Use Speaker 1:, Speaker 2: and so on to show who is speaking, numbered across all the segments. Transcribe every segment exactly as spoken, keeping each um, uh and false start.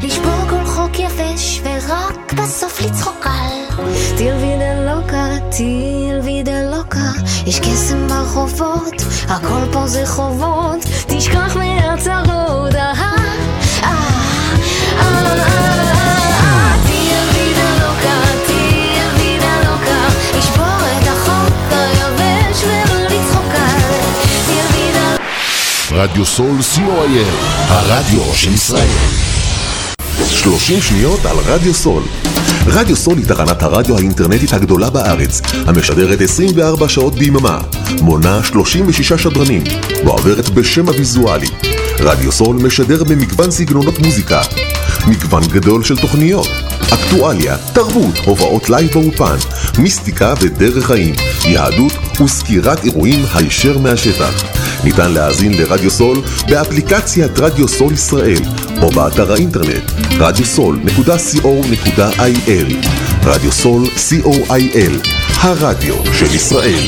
Speaker 1: לשבור כל חוק יבש ורק בסוף לצחוק על תלווידה לוקה, תלווידה לוקה, יש קסם ברחובות, הכל פה זה חובות, תשכח מהצרות, אה אה אה אה אה תלווידה לוקה, תלווידה לוקה, לשבור את החוק היבש ולא לצחוק על תלווידה.
Speaker 2: רדיו סול סי או איי אל, הרדיו של ישראל. שלושים שניות על רדיו סול. רדיו סול היא תחנת הרדיו האינטרנטית הגדולה בארץ, המשדרת עשרים וארבע שעות ביממה, מונה שלושים ושישה שדרנים, ועוברת בשם הוויזואלי. רדיו סול משדר במגוון סגנונות מוזיקה, מגוון גדול של תוכניות, אקטואליה, תרבות, הובאות לייב באופן, מיסטיקה ודרך חיים, יהדות וסקירת אירועים הישר מהשטח. ניתן להאזין לרדיו סול באפליקציית רדיו סול ישראל או באתר האינטרנט רדיו סול נקודה סי או נקודה איי אל. רדיו סול סי או איי אל, הרדיו של ישראל.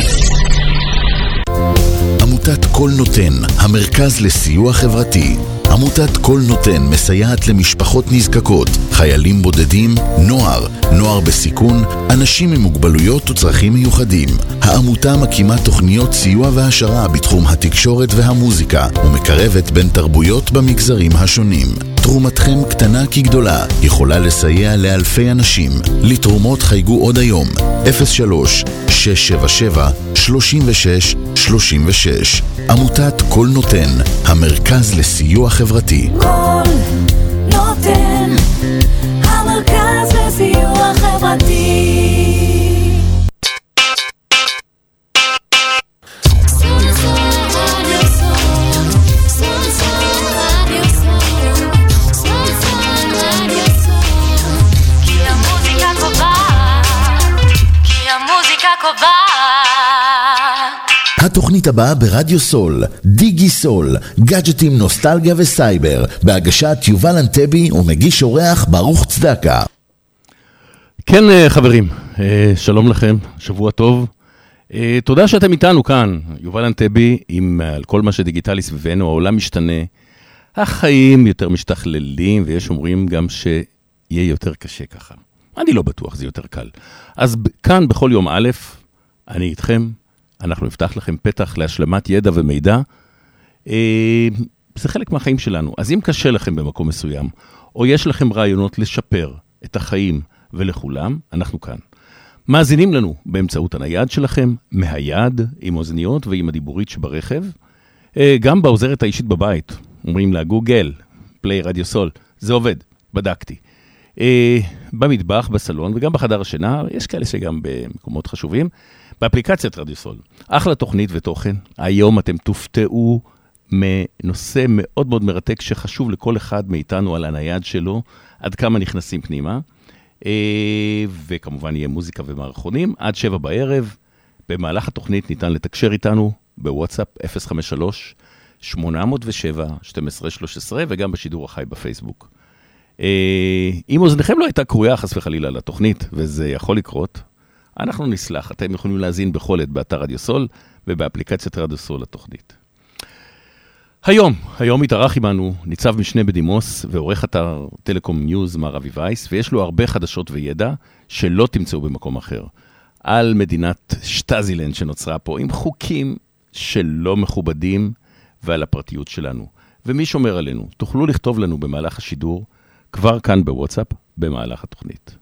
Speaker 3: עמותת כל נותן, המרכז לסיוע חברתי. עמותת כל נותן מסייעת למשפחות נזקקות, חיילים בודדים, נוער, נוער בסיכון, אנשים עם מוגבלויות וצרכים מיוחדים. העמותה מקימה תוכניות סיוע והשרה בתחום התקשורת והמוזיקה ומקרבת בין תרבויות במגזרים השונים. תרומתכם קטנה כגדולה, יכולה לסייע לאלפי אנשים. לתרומות חייגו עוד היום אפס שלוש שש שבע שבע שלושים ושש שלושים ושש. עמותת כל נותן, המרכז לסיוע חברתי.
Speaker 1: כל נותן, המרכז לסיוע חברתי.
Speaker 3: התוכנית הבאה ברדיו סול, דיגי סול, גאדג'טים, נוסטלגיה וסייבר, בהגשת יובל אנטבי ומגיש אורח ברוך צדקה.
Speaker 4: כן חברים, שלום לכם, שבוע טוב. תודה שאתם איתנו כאן, יובל אנטבי, עם על כל מה שדיגיטלי סביבנו, העולם משתנה, החיים יותר משתכללים, ויש אומרים גם שיהיה יותר קשה ככה. אני לא בטוח, זה יותר קל. אז כאן בכל יום א', אני איתכם, אנחנו נפתח לכם פתח להשלמת ידע ומידע. זה חלק מהחיים שלנו. אז אם קשה לכם במקום מסוים, או יש לכם רעיונות לשפר את החיים ולכולם, אנחנו כאן. מאזינים לנו באמצעות הנייד שלכם, מהיד, עם אוזניות ועם הדיבורית שברכב, גם בעוזרת האישית בבית. אומרים לה, גוגל, פליי רדיו סול, זה עובד, בדקתי. במטבח, בסלון וגם בחדר השינה, יש כאלה שגם במקומות חשובים, באפליקציית רדיו סול. אחלה תוכנית ותוכן. היום אתם תופתעו מנושא מאוד מאוד מרתק שחשוב לכל אחד מאיתנו על הנייד שלו, עד כמה נכנסים פנימה. וכמובן יהיה מוזיקה ומערכונים עד שבע בערב. במהלך התוכנית ניתן לתקשר איתנו בוואטסאפ אפס חמש שלוש שמונה אפס שבע שתים עשרה שלוש עשרה וגם בשידור החי בפייסבוק. אם אוזניכם לא הייתה קרויה חס וחלילה לתוכנית, וזה יכול לקרות, אנחנו נסלח. אתם יכולים להזין בכל עת באתר רדיו סול ובאפליקציית רדיו סול לתוכנית. היום, היום התארח עמנו ניצב משנה בדימוס ועורך אתר טלקום ניוז מר אבי וייס, ויש לו הרבה חדשות וידע שלא תמצאו במקום אחר. על מדינת שטזילנד שנוצרה פה עם חוקים שלא מכובדים ועל הפרטיות שלנו. ומי שומר עלינו? תוכלו לכתוב לנו במהלך השידור, כבר כאן בוואטסאפ, במהלך התוכנית.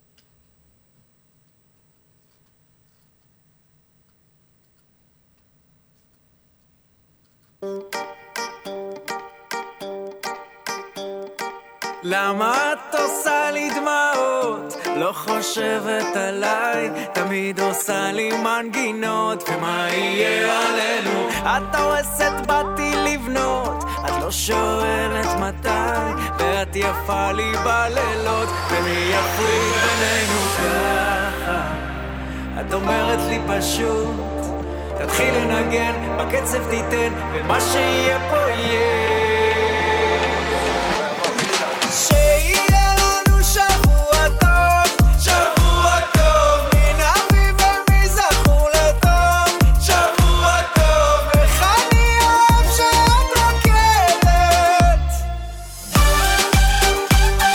Speaker 5: למה את עושה לי דמעות? לא חושבת עליי, תמיד עושה לי מנגינות, ומה יהיה עלינו? את הורסת באתי לבנות, את לא שואלת מתי, ואת יפה לי בלילות, ומי יפריד בינינו ככה? את אומרת לי פשוט, תתחיל לנגן, בקצב תיתן, ומה שיהיה פה יהיה. שיהיה לנו שבוע טוב, שבוע טוב, מן אביב ומזרחו לטוב, שבוע טוב, איך אני אוהב שאת רוקדת.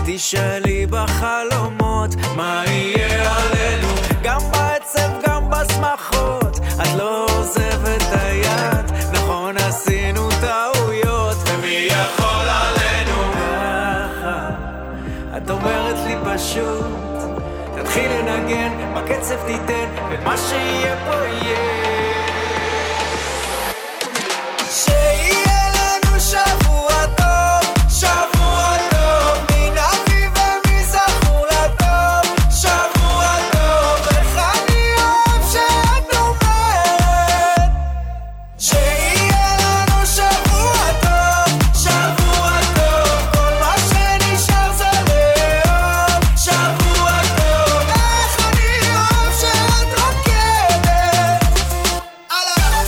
Speaker 5: תשאלי בחלומות מה יהיה עלינו, גם בעצב גם בשמחות את לא עוזבת את היד, נכון עשינו טעויות ומי יכול עלינו ככה, את אומרת לי פשוט תתחיל לנגן, בקצב תיתן ומה שיהיה פה יהיה, שיהיה לנו שבוע טוב, שבוע טוב, מן אביב ומזרחו לטוב, שבוע טוב, איך אני אוהב שאת אומרת, שיהיה לנו שבוע טוב, שבוע טוב, כל מה שנשאר זה לאהוב, שבוע טוב, איך אני אוהב שאת רוקדת, הלאה,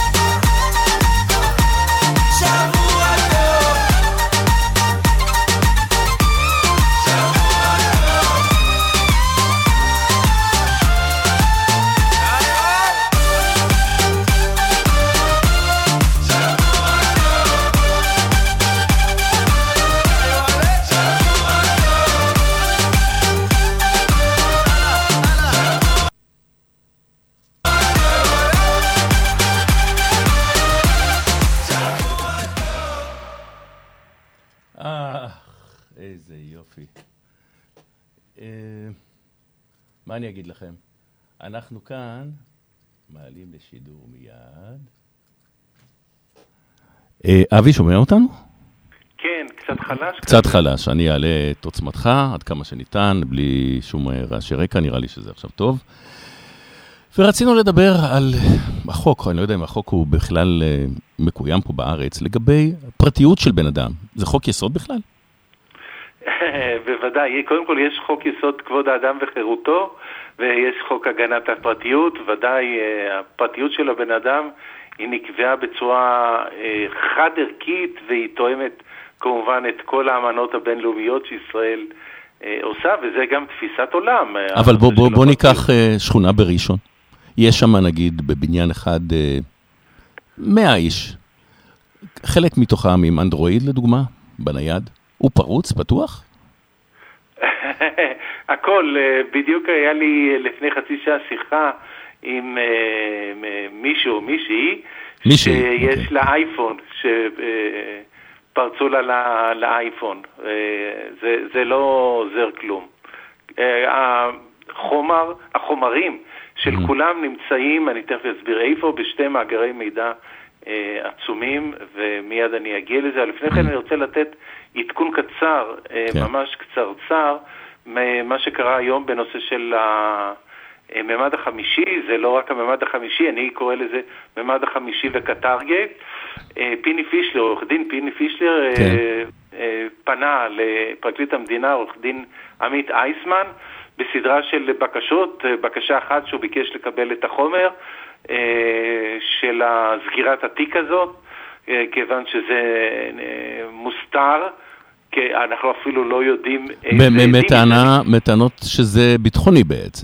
Speaker 5: שבוע טוב,
Speaker 4: אה, איזה יופי. אה, מה אני אגיד לכם? אנחנו כאן מעלים לשידור מיד. אה, אבי, שומע אותנו?
Speaker 6: כן, קצת חלש.
Speaker 4: קצת חלש, אני אעלה את עוצמתך עד כמה שניתן, בלי שום רעשי רקע, נראה לי שזה עכשיו טוב. ורצינו לדבר על החוק, אני לא יודע אם החוק הוא בכלל אה, מקוים פה בארץ, לגבי פרטיות של בן אדם. זה חוק יסוד בכלל?
Speaker 6: בוודאי, קודם כל יש חוק יסוד כבוד האדם וחירותו, ויש חוק הגנת הפרטיות, ודאי הפרטיות של הבן אדם היא נקבעה בצורה אה, חד ערכית, והיא תואמת כמובן את כל האמנות הבינלאומיות שישראל אה, עושה, וזה גם תפיסת עולם.
Speaker 4: אבל בוא, בוא, בוא ניקח אה, שכונה בראשון. יש שם נגיד בבניין אחד אה, מאה איש. חלק מתוכם עם אנדרואיד לדוגמה, בנייד. הוא פרוץ, פתוח?
Speaker 6: הכל, בדיוק היה לי לפני חצי שעה שיחה עם מישהו, מישהי, שיש לה אייפון, שפרצו לה לאייפון. זה לא עוזר כלום. החומר, החומרים של כולם נמצאים, אני תכף אסביר איפה, בשתי מאגרי מידע עצומים, ומיד אני אגיע לזה. לפני כן אני רוצה לתת עדכון קצר, ממש קצרצר, מה שקרה היום בנושא של הממד החמישי. זה לא רק הממד החמישי, אני קורא לזה ממד החמישי וקטרגט. פיני פישלר, עורך דין פיני פישלר, כן. פנה לפרקליט המדינה, עורך דין עמית אייסמן, בסדרה של בקשות, בקשה אחת שהוא ביקש לקבל את החומר של סגירת התיק הזאת, כיוון שזה מוסתר, כי אנחנו אפילו לא יודעים...
Speaker 4: מטענות שזה ביטחוני בעצם.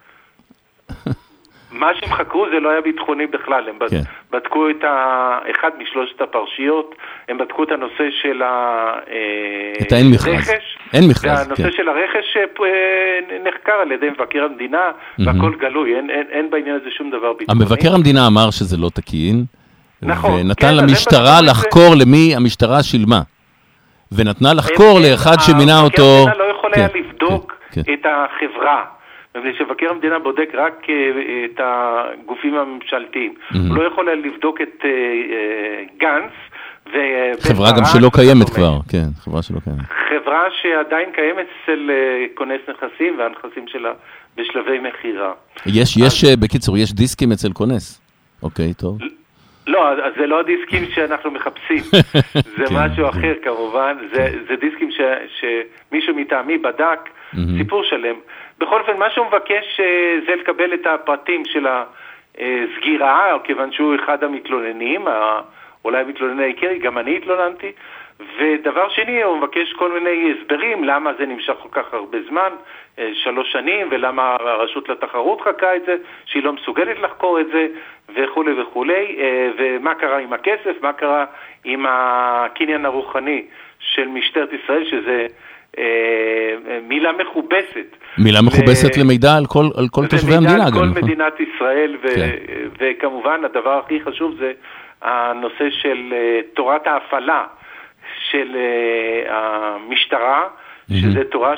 Speaker 6: מה שהם חקרו זה לא היה ביטחוני בכלל, הם כן. בדקו את ה... אחד משלושת הפרשיות, הם בדקו את הנושא של
Speaker 4: את האין מכרז.
Speaker 6: הרכש,
Speaker 4: אין מכרז,
Speaker 6: והנושא
Speaker 4: כן.
Speaker 6: של הרכש נחקר על ידי מבקר המדינה, mm-hmm. והכל גלוי, אין, אין, אין בעניין הזה שום דבר ביטחוני.
Speaker 4: המבקר המדינה אמר שזה לא תקין,
Speaker 6: נכון,
Speaker 4: ונתן
Speaker 6: כן,
Speaker 4: למשטרה לחקור זה... למי המשטרה שילמה, ונתנה לחקור הם, לאחד שמינה אותו...
Speaker 6: המבקר המדינה לא יכול היה
Speaker 4: כן,
Speaker 6: לבדוק
Speaker 4: כן, כן.
Speaker 6: את החברה. מפני שמבקר המדינה בודק רק את הגופים הממשלתיים. Mm-hmm. הוא לא יכול לבדוק את גנץ.
Speaker 4: חברה גם שלא קיימת כבר, כן, חברה שלא קיימת.
Speaker 6: חברה שעדיין קיימת אצל כונס נכסים, והנכסים שלה בשלבי מחירה.
Speaker 4: יש, יש, בקיצור, יש דיסקים אצל כונס. אוקיי, טוב.
Speaker 6: לא, אז זה לא הדיסקים שאנחנו מחפשים. זה משהו אחר כמובן. זה דיסקים שמישהו מטעמי בדק, סיפור שלם. בכל אופן, מה שהוא מבקש זה לקבל את הפרטים של הסגירה, כיוון שהוא אחד המתלוננים, אולי המתלונן העיקרי, גם אני התלוננתי, ודבר שני, הוא מבקש כל מיני הסברים, למה זה נמשך כל כך הרבה זמן, שלוש שנים, ולמה הרשות לתחרות חכה את זה, שהיא לא מסוגלת לחקור את זה, וכו' וכו', ומה קרה עם הכסף, מה קרה עם הקניין הרוחני של משטרת ישראל, שזה מילה מכובסת.
Speaker 4: מילה מכובסת למידע על כל, על כל תושבי המדינה.
Speaker 6: למידע על כל
Speaker 4: גם.
Speaker 6: מדינת ישראל, ו-
Speaker 4: כן.
Speaker 6: וכמובן הדבר הכי חשוב זה הנושא של uh, תורת ההפעלה של uh, המשטרה, mm-hmm. שזה תורה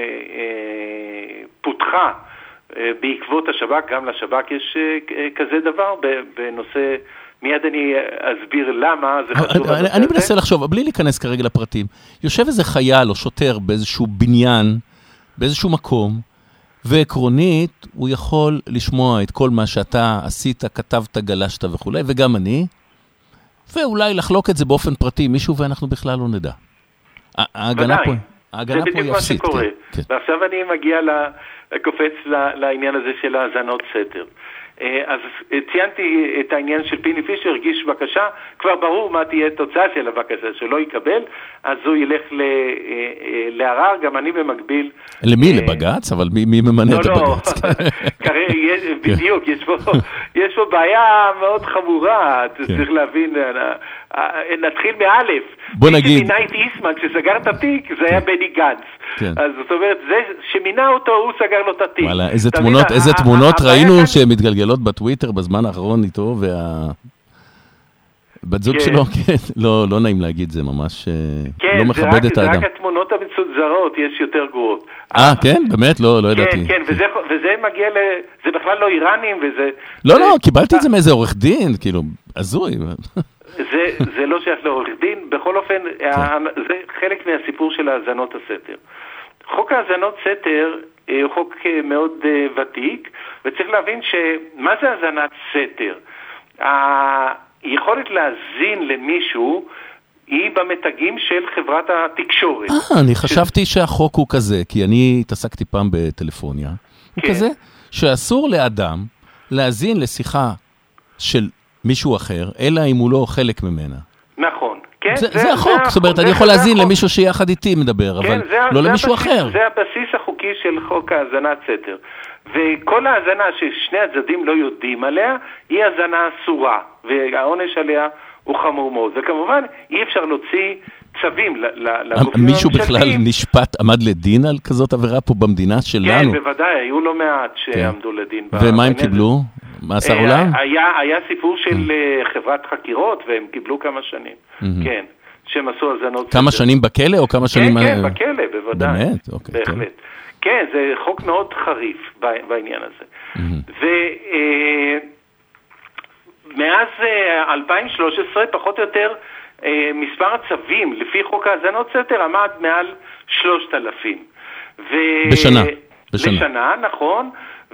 Speaker 6: שפותחה uh, uh, בעקבות השב"כ, גם לשב"כ יש uh, כזה דבר בנושא, מיד אני אסביר למה זה חשוב.
Speaker 4: אני, אני מנסה לחשוב, בלי להיכנס כרגע לפרטים, יושב איזה חייל או שוטר באיזשהו בניין, באיזשהו מקום, ועקרונית הוא יכול לשמוע את כל מה שאתה עשית, כתבת, גלשת וכו', וגם אני, ואולי לחלוק את זה באופן פרטי, מישהו ואנחנו בכלל לא נדע. ההגנה פה, ההגנה פה היא אפסית.
Speaker 6: כן, כן. ועכשיו אני מגיע לקופץ לעניין הזה של האזנות סתר. אז ציינתי את העניין של פיני פישר, הרגיש בקשה, כבר ברור מה תהיה תוצאה של הבקשה, שלא יקבל, אז הוא ילך לערר, גם אני במקביל.
Speaker 4: למי? לבגץ? אבל מי ממנה את הבגץ?
Speaker 6: בדיוק, יש פה בעיה מאוד חמורה, צריך להבין, נתחיל מאלף.
Speaker 4: בוא נגיד.
Speaker 6: מי שמינה את איסמן, כשסגר את התיק, זה היה בני גנץ. אז זאת אומרת, זה שמינה אותו, הוא סגר לו את התיק.
Speaker 4: וואלה, איזה תמונות ראינו שמתגלגלות בטוויטר בזמן האחרון איתו, בת זוג שלו, כן, לא נעים להגיד, זה ממש לא מכבד את האדם.
Speaker 6: כן, זה רק התמונות המצונזרות, יש יותר גרועות.
Speaker 4: אה, כן? באמת? לא ידעתי.
Speaker 6: כן, כן, וזה מגיע ל... זה בכלל לא איראנים, וזה...
Speaker 4: לא, לא, קיבלתי את זה מאיזה עורך דין, כאילו, הזוי.
Speaker 6: זה לא שייך לעורך דין, בכל אופן, זה חלק מהסיפור של האזנות הסתר. חוק האזנות סתר הוא חוק מאוד ותיק, וצריך להבין שמה זה האזנת סתר? היכולת להזין למישהו היא במתגים של חברת התקשורת.
Speaker 4: אה, אני חשבתי שהחוק הוא כזה, כי אני התעסקתי פעם בטלפוניה, הוא כזה שאסור לאדם להזין לשיחה של מישהו אחר, אלא אם הוא לא חלק ממנה.
Speaker 6: נכון. כן,
Speaker 4: זה, זה, זה החוק, זאת אומרת, אני יכול להזין למישהו שיחד איתי מדבר,
Speaker 6: כן,
Speaker 4: אבל
Speaker 6: זה,
Speaker 4: לא
Speaker 6: זה
Speaker 4: למישהו
Speaker 6: הבסיס,
Speaker 4: אחר.
Speaker 6: זה הבסיס החוקי של חוק האזנת סתר. וכל האזנה ששני הצדדים לא יודעים עליה, היא האזנה אסורה, והעונש עליה הוא חמור מאוד. וכמובן, אי אפשר להוציא צווים לגופים הממשלתיים.
Speaker 4: מישהו בכלל נשפט, עמד לדין על כזאת עבירה פה במדינה שלנו?
Speaker 6: כן, בוודאי, היו לא מעט שעמדו לדין.
Speaker 4: ומה הם קיבלו? מאסר עולם?
Speaker 6: היה סיפור של חברת חקירות, והם קיבלו כמה שנים. כן, שהם עשו האזנות.
Speaker 4: כמה שנים בכלא או כמה שנים...
Speaker 6: כן, כן, בכלא, בוודאי.
Speaker 4: באמת? אוקיי.
Speaker 6: בהחלט. כן, זה חוק מאוד חריף בעניין הזה. ומאז אלפיים ושלוש עשרה, פחות או יותר, מספר הצווים לפי חוק האזנות סתר עמד מעל שלושת אלפים.
Speaker 4: בשנה.
Speaker 6: בשנה, נכון.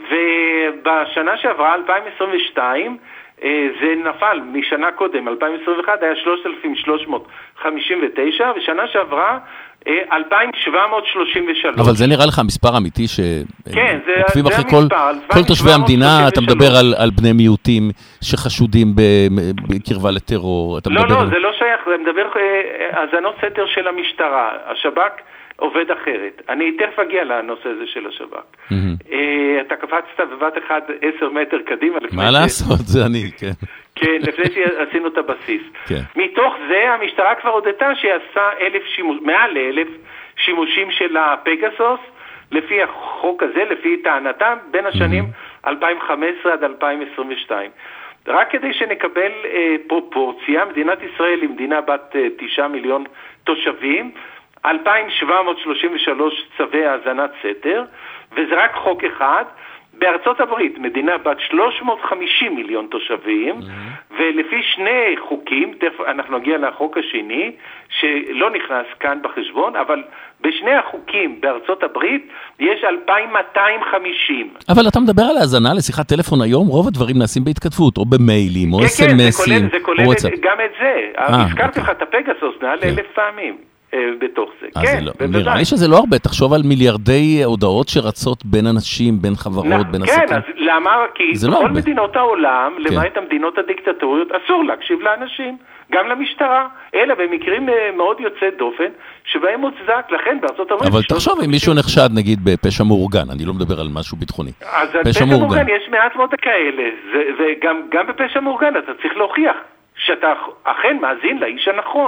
Speaker 6: ובשנה שעברה, אלפיים עשרים ושתיים, זה נפל משנה קודם, אלפיים עשרים ואחת היה שלושת אלפים שלוש מאות חמישים ותשע, ושנה שעברה אלפיים שבע מאות שלושים ושלוש.
Speaker 4: אבל זה נראה לך מספר אמיתי שעוקבים אחרי כל תושבי המדינה, אתה מדבר על בני מיעוטים שחשודים בקרבה לטרור.
Speaker 6: לא, לא, זה לא שייך, זה מדבר האזנות סתר של המשטרה, השב"כ עובד אחרת. אני תכף אגיע לנושא הזה של השב"כ. אתה קפצת בבת אחד עשר מטר קדימה.
Speaker 4: מה לעשות? זה אני, כן.
Speaker 6: כן, לפני שעשינו את הבסיס. מתוך זה המשטרה כבר הודתה שעשה מעל לאלף שימושים של הפגסוס, לפי החוק הזה, לפי טענתם, בין השנים אלפיים וחמש עשרה עד אלפיים עשרים ושתיים. רק כדי שנקבל פרופורציה, מדינת ישראל היא מדינה בת תשעה מיליון תושבים, אלפיים שבע מאות שלושים ושלוש צווי האזנת סתר, וזה רק חוק אחד. בארצות הברית, מדינה בת שלוש מאות וחמישים מיליון תושבים, mm-hmm. ולפי שני חוקים, אנחנו נגיע לחוק השני, שלא נכנס כאן בחשבון, אבל בשני החוקים בארצות הברית יש אלפיים מאתיים וחמישים.
Speaker 4: אבל אתה מדבר על האזנה לשיחת טלפון היום, רוב הדברים נעשים בהתכתבות, או במיילים, או אס-אמסים,
Speaker 6: כן, כן, זה כולל, זה כולל גם את זה. הזכרתי לך את הפגסוס, מעל אלף פעמים. בתוך זה. כן,
Speaker 4: נראה לי שזה לא הרבה, תחשוב על מיליארדי הודעות שרצות בין אנשים, בין חברות, בין עסקים.
Speaker 6: כן, אז למה? כי בכל מדינות העולם, למעט המדינות הדיקטטוריות, אסור להקשיב לאנשים, גם למשטרה, אלא במקרים מאוד יוצא דופן, שבהם מוצדק, לכן בארצות הברית...
Speaker 4: אבל תחשוב אם מישהו נחשד, נגיד, בפשע מאורגן, אני לא מדבר על משהו ביטחוני.
Speaker 6: אז בפשע מאורגן יש מעט מאוד כאלה, וגם בפשע מאורגן אתה צריך להוכיח שאתה אכן מאזין לאיש הנכון.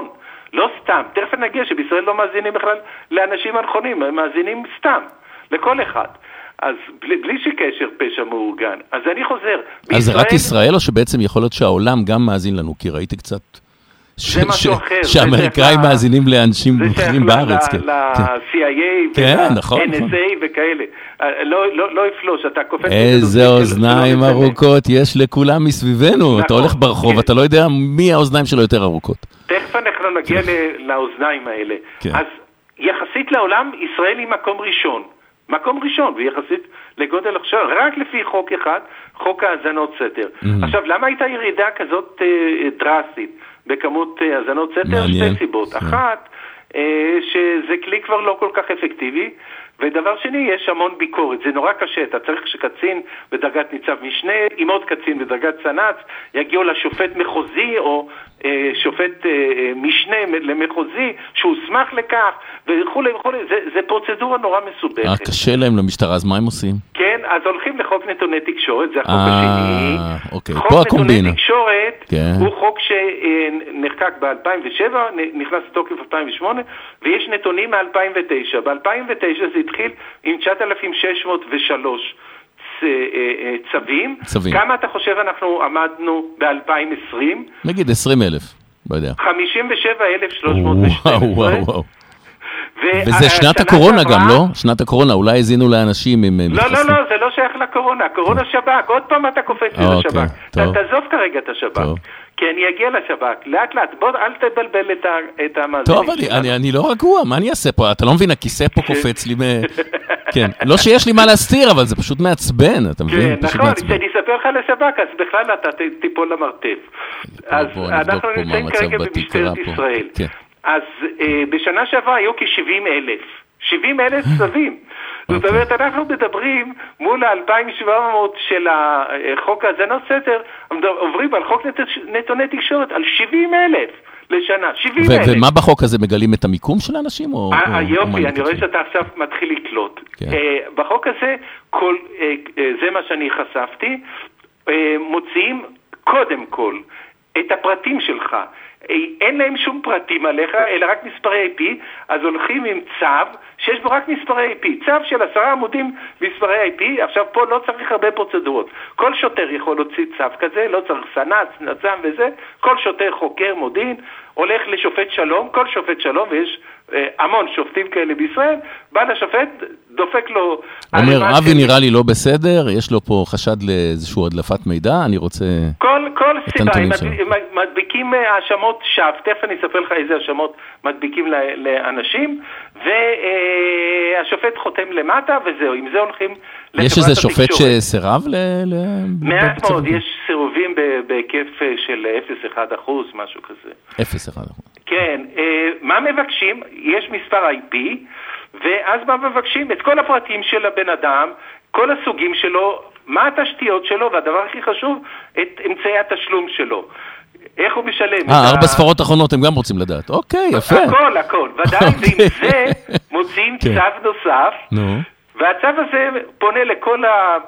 Speaker 6: לא סתם. תכף נגיע שבישראל לא מאזינים בכלל לאנשים הנכונים, הם מאזינים סתם, לכל אחד. אז בלי, בלי שקשר פשע מאורגן. אז אני חוזר.
Speaker 4: אז זה רק ישראל או שבעצם יכול להיות שהעולם גם מאזין לנו? כי ראיתי קצת...
Speaker 6: זה משהו אחר.
Speaker 4: שהאמריקאים מאזינים לאנשים אחרים בארץ.
Speaker 6: זה שייך ל-סי איי איי וה-אן אס איי וכאלה. לא יפלוש, אתה קופץ...
Speaker 4: איזה אוזניים ארוכות יש לכולם מסביבנו. אתה הולך ברחוב, אתה לא יודע מי האוזניים שלו יותר ארוכות.
Speaker 6: תכף אנחנו נגיע לאוזניים האלה. אז יחסית לעולם, ישראל היא מקום ראשון. מקום ראשון, ויחסית לגודל עכשיו, רק לפי חוק אחד, חוק האזנות סתר. עכשיו, למה הייתה ירידה כזאת דרסטית? בכמות האזנות סתר, שתי סיבות. אחת, שזה כלי כבר לא כל כך אפקטיבי, ודבר שני, יש המון ביקורת. זה נורא קשה, אתה צריך שקצין בדרגת ניצב משנה, עם עוד קצין בדרגת סנ"צ, יגיעו לשופט מחוזי, או אה, שופט אה, משנה למחוזי, שהוא שמח לכך, וכו' וכו'. זה, זה פרוצדורה נורא מסובכת.
Speaker 4: אה, קשה להם למשטרה, אז מה הם עושים?
Speaker 6: כן, אז הולכים לחוק נתוני תקשורת, זה החוק השני.
Speaker 4: אוקיי,
Speaker 6: חוק
Speaker 4: פה הקומבינה.
Speaker 6: נתוני תקשורת
Speaker 4: כן.
Speaker 6: הוא חוק שנחקק ב-אלפיים ושבע, נכנס לתוקף אלפיים ושמונה, ויש נתונים מ-אלפיים ותשע. ב-אלפיים ותשע זה התחיל עם תשעת אלפים שש מאות ושלוש צווים.
Speaker 4: צווים.
Speaker 6: כמה אתה חושב אנחנו עמדנו ב-אלפיים ועשרים?
Speaker 4: נגיד עשרים אלף, לא יודע.
Speaker 6: חמישים ושבע אלף שלוש מאות ושתים עשרה.
Speaker 4: וואו, וואו, וואו. וזה שנת הקורונה גם, לא? שנת הקורונה, אולי הזינו לאנשים עם...
Speaker 6: לא, לא, לא, זה לא שייך לקורונה, קורונה שב"כ, עוד פעם אתה קופץ לי לשב"כ. תעזוב כרגע את השב"כ, כי אני אגיע לשב"כ, לאט לאט, בוא, אל תבלבל את המאזינים.
Speaker 4: טוב, אני לא רגוע, מה אני אעשה פה? אתה לא מבין, הכיסא פה קופץ לי מ... כן, לא שיש לי מה להסתיר, אבל זה פשוט מעצבן, אתה מבין?
Speaker 6: כן, נכון, כשאני אספר לך לשב"כ, אז בכלל אתה תיפול למרתף. אז אנחנו נמצאים כרגע במשטרת ישראל. אז אה, בשנה שעברה היו כ-שבעים אלף. שבעים אלף צווים. זאת אומרת, אנחנו מדברים מול ה-אלפיים ושבע מאות של חוק האזנות סתר, עוברים על חוק נתוני תקשורת, על שבעים אלף לשנה. שבעים אלף.
Speaker 4: ומה בחוק הזה, מגלים את המיקום של האנשים?
Speaker 6: יופי, אני רואה שאתה עכשיו מתחיל לקלוט. בחוק הזה, זה מה שאני חשפתי, מוציאים קודם כל את הפרטים שלך. אין להם שום פרטים עליך, אלא רק מספרי איי פי, אז הולכים עם צו שיש בו רק מספרי איי פי. צו של עשרה עמודים מספרי איי פי, עכשיו פה לא צריך הרבה פרוצדורות. כל שוטר יכול להוציא צו כזה, לא צריך סנ"צ, נצ"מ וזה, כל שוטר חוקר מודיעין, הולך לשופט שלום, כל שופט שלום, ויש אה, המון שופטים כאלה בישראל, בא לשופט, דופק לו...
Speaker 4: אומר, אבי נראה לי לא בסדר, יש לו פה חשד לאיזשהו הדלפת מידע, אני רוצה...
Speaker 6: כל, כל סיבה, מדביק, מדביקים האשמות שווא, תכף אני אספר לך איזה האשמות מדביקים לאנשים, והשופט חותם למטה, וזהו, עם זה הולכים...
Speaker 4: יש איזה שופט שסירב ל...
Speaker 6: מעט מאוד, יש סירובים בהיקף של אפס נקודה אחת אחוז, משהו כזה.
Speaker 4: אפס נקודה אחת אחוז.
Speaker 6: כן, מה מבקשים? יש מספר איי פי, ואז מה מבקשים? את כל הפרטים של הבן אדם, כל הסוגים שלו, מה התשתיות שלו, והדבר הכי חשוב, את אמצעי התשלום שלו. איך הוא משלם?
Speaker 4: אה, ארבע ספרות אחרונות הם גם רוצים לדעת. אוקיי, יפה.
Speaker 6: הכל, הכל. ודאי, ועם זה מוצאים צו נוסף, והצו הזה פונה לכל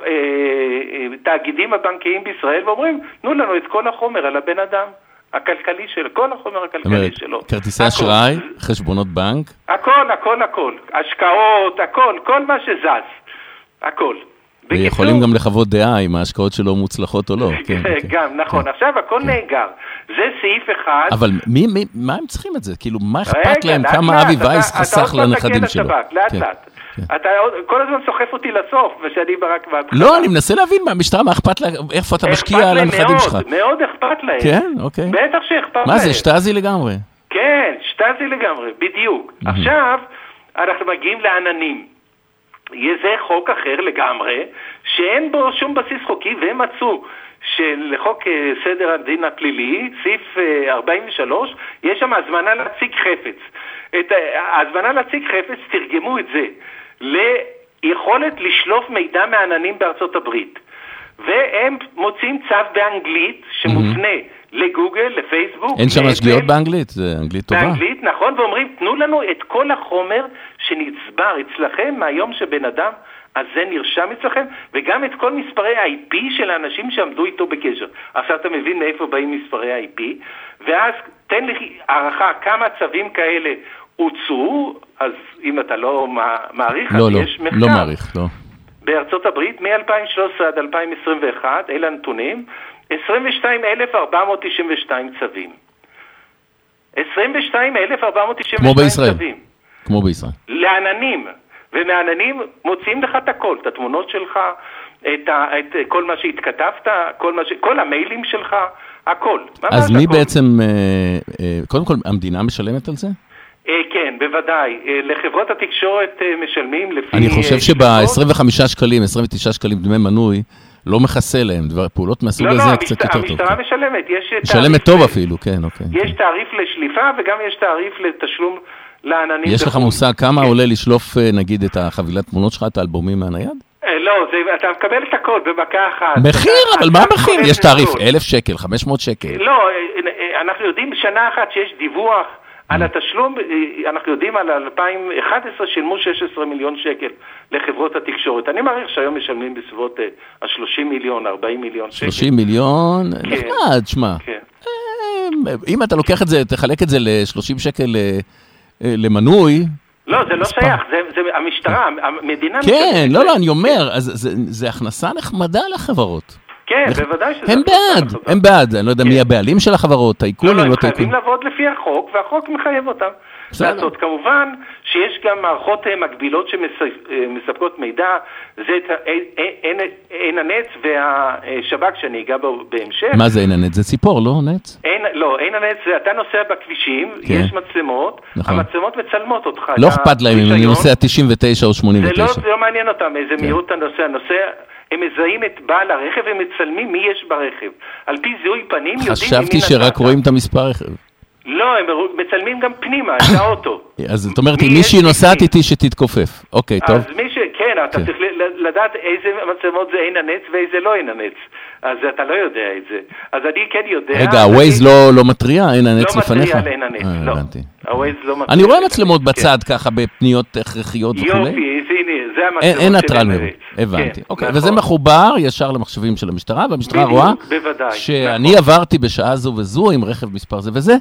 Speaker 6: התאגידים הבנקיים בישראל, ואומרים, תנו לנו את כל החומר על הבן אדם. הכלכלי שלו, כל החומר הכלכלי שלו.
Speaker 4: כרטיסי אשראי, חשבונות בנק?
Speaker 6: הכל, הכל, הכל. השקעות, הכל, כל מה שזז. הכל.
Speaker 4: ויכולים גם לחוות דעה אם ההשקעות שלו מוצלחות או לא.
Speaker 6: גם, נכון. עכשיו הכל נאגר. זה סעיף אחד.
Speaker 4: אבל מה הם צריכים את זה? כאילו, מה אכפת להם כמה אבי וייס חסך לנכדים שלו?
Speaker 6: לאט לאט. אתה כל הזמן סוחף אותי לסוף, ושאני ברק בהתחלה.
Speaker 4: לא, אני מנסה להבין מהמשטרה, מה אכפת להם, איפה אתה משקיע על הנכדים שלך.
Speaker 6: מאוד אכפת להם.
Speaker 4: כן, אוקיי.
Speaker 6: בטח שאכפת להם.
Speaker 4: מה זה, שטאזי לגמרי?
Speaker 6: כן, שטאזי לגמרי, בדיוק. עכשיו, אנחנו מגיעים לעננים. זה חוק אחר לגמרי, שאין בו שום בסיס חוקי, והם מצאו שלחוק סדר הדין הפלילי, סעיף ארבעים ושלוש, יש שם הזמנה להציג חפץ. את ההזמנה להציג חפץ, תרגמו את זה ליכולת לשלוף מידע מעננים בארצות הברית. והם מוצאים צו באנגלית שמופנה לגוגל, לפייסבוק.
Speaker 4: אין שם שגיאות באנגלית, זה אנגלית טובה.
Speaker 6: באנגלית, נכון, ואומרים, תנו לנו את כל החומר שנצבר אצלכם מהיום שבן אדם הזה נרשם אצלכם, וגם את כל מספרי ה-איי פי של האנשים שעמדו איתו בקשר. עכשיו אתה מבין מאיפה באים מספרי ה-איי פי, ואז תן לי הערכה כמה צווים כאלה הוצאו, אז אם אתה לא מעריך,
Speaker 4: לא,
Speaker 6: אז
Speaker 4: לא,
Speaker 6: יש מחקר.
Speaker 4: לא מעריך, לא.
Speaker 6: בארצות הברית, מ-אלפיים ושלוש עשרה עד אלפיים עשרים ואחת, אלה הנתונים, עשרים ושתיים אלף ארבע מאות תשעים ושתיים צווים. עשרים ושתיים אלף ארבע מאות תשעים ושתיים
Speaker 4: כמו בישראל.
Speaker 6: צווים.
Speaker 4: כמו בישראל.
Speaker 6: לעננים, ומעננים מוציאים לך את הכל, את התמונות שלך, את, ה, את כל מה שהתכתבת, כל, מה ש, כל המיילים שלך, הכל.
Speaker 4: אז מי
Speaker 6: הכל.
Speaker 4: בעצם, אה, אה, קודם כל, המדינה משלמת על זה?
Speaker 6: אה, כן, בוודאי. אה, לחברות התקשורת אה, משלמים לפי...
Speaker 4: אני חושב
Speaker 6: אה,
Speaker 4: שב-עשרים וחמישה שקלים, עשרים ותשעה שקלים דמי מנוי, לא מכסה להם, דבר, פעולות מהסוג
Speaker 6: לא,
Speaker 4: הזה
Speaker 6: לא,
Speaker 4: קצת
Speaker 6: המשט...
Speaker 4: יותר טוב.
Speaker 6: המשטרה משלמת. יש
Speaker 4: משלמת טוב אפילו, כן, אוקיי.
Speaker 6: יש תעריף לשליפה וגם יש תעריף לתשלום לעננים.
Speaker 4: יש לך מושג כמה עולה לשלוף, נגיד, את החבילת תמונות שלך, את האלבומים מהנייד?
Speaker 6: לא, אתה מקבל את הכל במכה אחת.
Speaker 4: מחיר, אבל מה המחיר? יש תעריף, אלף שקל, חמש מאות שקל.
Speaker 6: לא, אנחנו יודעים שנה אחת שיש דיווח על התשלום, אנחנו יודעים על אלפיים ואחת עשרה שילמו שש עשרה מיליון שקל לחברות התקשורת. אני מעריך שהיום משלמים בסביבות ה-שלושים מיליון, ארבעים מיליון שקל.
Speaker 4: שלושים מיליון? נחמד, שמה. אם אתה לוקח את זה, תחלק את זה ל-שלושים שקל למנוי,
Speaker 6: לא, זה לא שייך, זה המשטרה, המדינה...
Speaker 4: כן, לא, לא, אני אומר, זה הכנסה נחמדה לחברות.
Speaker 6: כן, בוודאי שזה...
Speaker 4: הם בעד, הם בעד, אני לא יודע מי הבעלים של החברות, טייקונים,
Speaker 6: לא,
Speaker 4: לא
Speaker 6: הם
Speaker 4: טייקונים.
Speaker 6: חייבים לעבוד לפי החוק, והחוק מחייב אותם לעשות. כמובן שיש גם מערכות מקבילות שמספקות מידע, זה עין הנץ והשב"כ שאני אגע בו בהמשך.
Speaker 4: מה זה עין הנץ? זה ציפור, לא נץ?
Speaker 6: לא, עין הנץ זה אתה נוסע בכבישים, יש מצלמות, המצלמות מצלמות אותך.
Speaker 4: לא אכפת להם אם אני נוסע תשעים ותשע או שמונים ותשע.
Speaker 6: זה לא מעניין אותם איזה מהירות אתה נוסע, נוסע... הם מזהים את בעל הרכב ומצלמים מי יש ברכב. על פי זיהוי פנים יודעים...
Speaker 4: חשבתי שרק רואים את המספר רכב.
Speaker 6: לא, הם מצלמים גם פנימה, את האוטו.
Speaker 4: אז זאת אומרת, אם מישהי נוסעת איתי שתתכופף. אוקיי, טוב.
Speaker 6: אז מי ש... כן, אתה צריך לדעת איזה מצלמות זה עין הנץ ואיזה לא עין הנץ. אז אתה לא יודע את זה. אז אני כן יודע...
Speaker 4: רגע, הווייז לא מתריע? עין הנץ לפניך?
Speaker 6: לא מתריע על עין הנץ, לא. הווייז לא מתריע.
Speaker 4: אני רואה מצלמות בצד ככה בפניות הכרחיות וכו'.
Speaker 6: יופי, הנה, זה המצלמות.
Speaker 4: אין הטרל מרות, הבנתי. אוקיי, וזה מחובר ישר למחשבים של המשטרה, והמשטרה רואה שאני עברתי בשעה זו וזו עם רכב מספר זה וזה,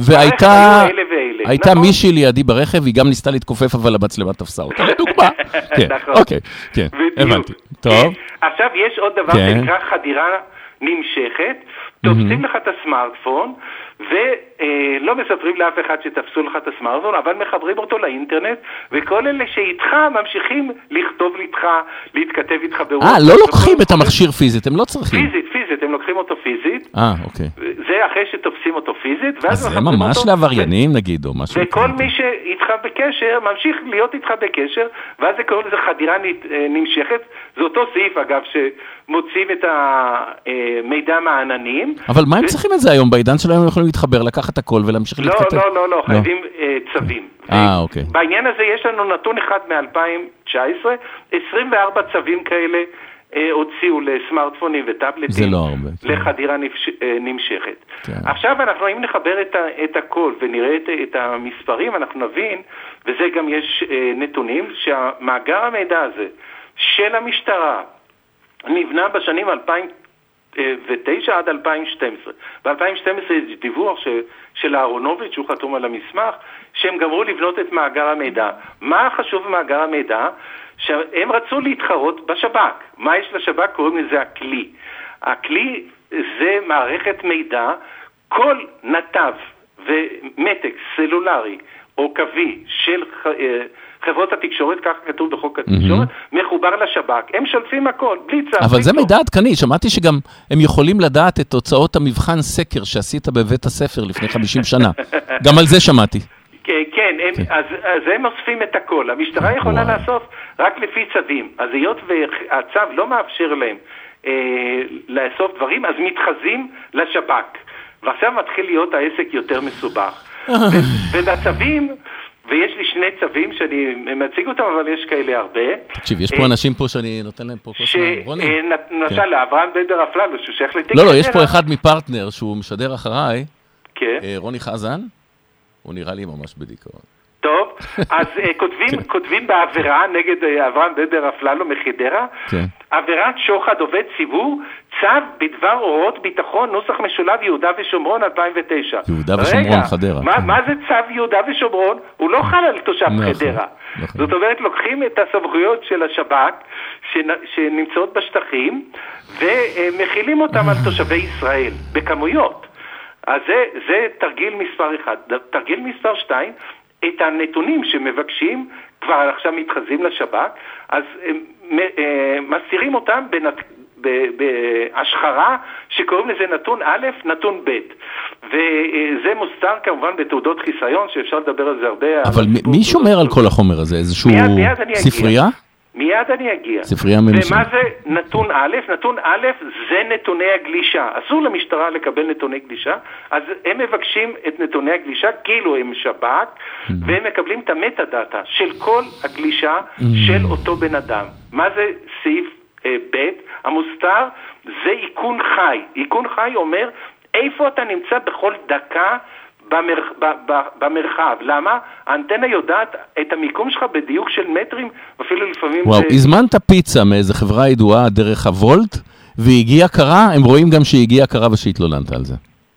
Speaker 4: והייתה מישהי לידי ברכב, היא גם ניסתה להתכופף, אבל המצלמה תפסה אותה. דוגמה. כן, אוקיי, כן, הבנתי. טוב.
Speaker 6: עכשיו יש עוד דבר שנקרא חדירה נמשכת, תופסים לך את הסמארטפון, ולא מספרים לאף אחד שתפסו לך את הסמארטפון, אבל מחברים אותו לאינטרנט, וכל אלה שאיתך ממשיכים לכתוב איתך, להתכתב איתך בוואטסאפ.
Speaker 4: אה, לא לוקחים את המכשיר פיזית, הם לא צריכים.
Speaker 6: פיזית, פיזית, הם לוקחים אותו פיזית.
Speaker 4: אה, אוקיי.
Speaker 6: זה אחרי שתופסים אותו פיזית,
Speaker 4: אז זה ממש לעבריינים נגיד, או משהו.
Speaker 6: וכל מי שאיתך בקשר, ממשיך להיות איתך בקשר, ואז זה קוראים לזה חדירה נמשכת. זה אותו סעיף, אגב, שמוצאים את המידע מהעננים.
Speaker 4: אבל מה הם צריכים את זה היום? בעידן שלהם הם יכולים להתחבר, לקחת הכל ולהמשיך להתכתב.
Speaker 6: לא, לא, לא, חייבים צווים.
Speaker 4: אה, אוקיי.
Speaker 6: בעניין הזה יש לנו נתון אחד מ-אלפיים תשע עשרה, עשרים וארבע צווים כאלה הוציאו לסמארטפונים וטאבלטים.
Speaker 4: זה לא הרבה.
Speaker 6: לחדירה נמשכת. עכשיו אנחנו, אם נחבר את הכל ונראה את המספרים, אנחנו נבין, וזה גם יש נתונים, שהמאגר המידע הזה של המשטרה נבנה בשנים אלפיים ותשע עד אלפיים ושתים עשרה. ב-אלפיים ושתים עשרה יש דיווח ש, של אהרונוביץ', שהוא חתום על המסמך, שהם גמרו לבנות את מאגר המידע. מה חשוב במאגר המידע? שהם רצו להתחרות בשב"כ. מה יש לשב"כ? קוראים לזה הכלי. הכלי זה מערכת מידע, כל נתב ומתק סלולרי או קווי של חברות התקשורת, כך כתוב בחוק התקשורת, מחובר לשב"כ. הם שולפים הכל, בלי צו.
Speaker 4: אבל זה מידע עדכני. שמעתי שגם הם יכולים לדעת את תוצאות המבחן סקר שעשית בבית הספר לפני חמישים שנה. גם על זה שמעתי.
Speaker 6: כן, אז הם אוספים את הכל. המשטרה יכולה לאסוף רק לפי צווים. אז היות והצו לא מאפשר להם לאסוף דברים, אז מתחזים לשב"כ. ועכשיו מתחיל להיות העסק יותר מסובך. ובצווים... ויש לי שני צווים שאני מציג אותם, אבל יש כאלה הרבה.
Speaker 4: תקשיב, יש פה אנשים פה שאני נותן להם פה כוס מים. רוני?
Speaker 6: שנתן לאברהם בנדר אפללו, שהוא שייך לתיק...
Speaker 4: לא, לא, יש פה אחד מפרטנר שהוא משדר אחריי.
Speaker 6: כן.
Speaker 4: רוני חזן, הוא נראה לי ממש בדיכאון.
Speaker 6: טוב, אז כותבים, כותבים בעבירה נגד אברהם בדר אפללו מחדרה, עבירת שוחד עובד ציבור, צו בדבר הוראות ביטחון, נוסח משולב יהודה ושומרון אלפיים ותשע.
Speaker 4: יהודה ושומרון, חדרה.
Speaker 6: מה, מה זה צו יהודה ושומרון? הוא לא חל על תושב חדרה. זאת אומרת, לוקחים את הסמכויות של השב"כ שנמצאות בשטחים, ומכילים אותם על תושבי ישראל, בכמויות. אז זה, זה תרגיל מספר אחד. תרגיל מספר שתיים, את הנתונים שמבקשים, כבר עכשיו מתחזים לשב"כ, אז מסתירים אותם בנת... בהשחרה שקוראים לזה נתון א', נתון ב', וזה מוסתר כמובן בתעודות חיסיון שאפשר לדבר על זה הרבה.
Speaker 4: אבל מי שומר על כל החומר הזה? איזשהו ספרייה?
Speaker 6: מיד אני אגיע.
Speaker 4: ספרייה ממשלה.
Speaker 6: ומה זה נתון א'? נתון א' זה נתוני הגלישה. אסור למשטרה לקבל נתוני גלישה, אז הם מבקשים את נתוני הגלישה כאילו הם שב"כ, והם מקבלים את המטה דאטה של כל הגלישה של אותו בן אדם. מה זה סעיף ב' המוסתר? זה איכון חי. איכון חי אומר איפה אתה נמצא בכל דקה במרח... ב... ב... במרחב. למה? האנטנה יודעת את המיקום שלך בדיוק של מטרים, אפילו לפעמים...
Speaker 4: וואו,
Speaker 6: זה...
Speaker 4: הזמנת פיצה מאיזה חברה ידועה דרך הוולט, והגיעה קרה, הם רואים גם שהגיעה קרה ושהתלוננת על זה.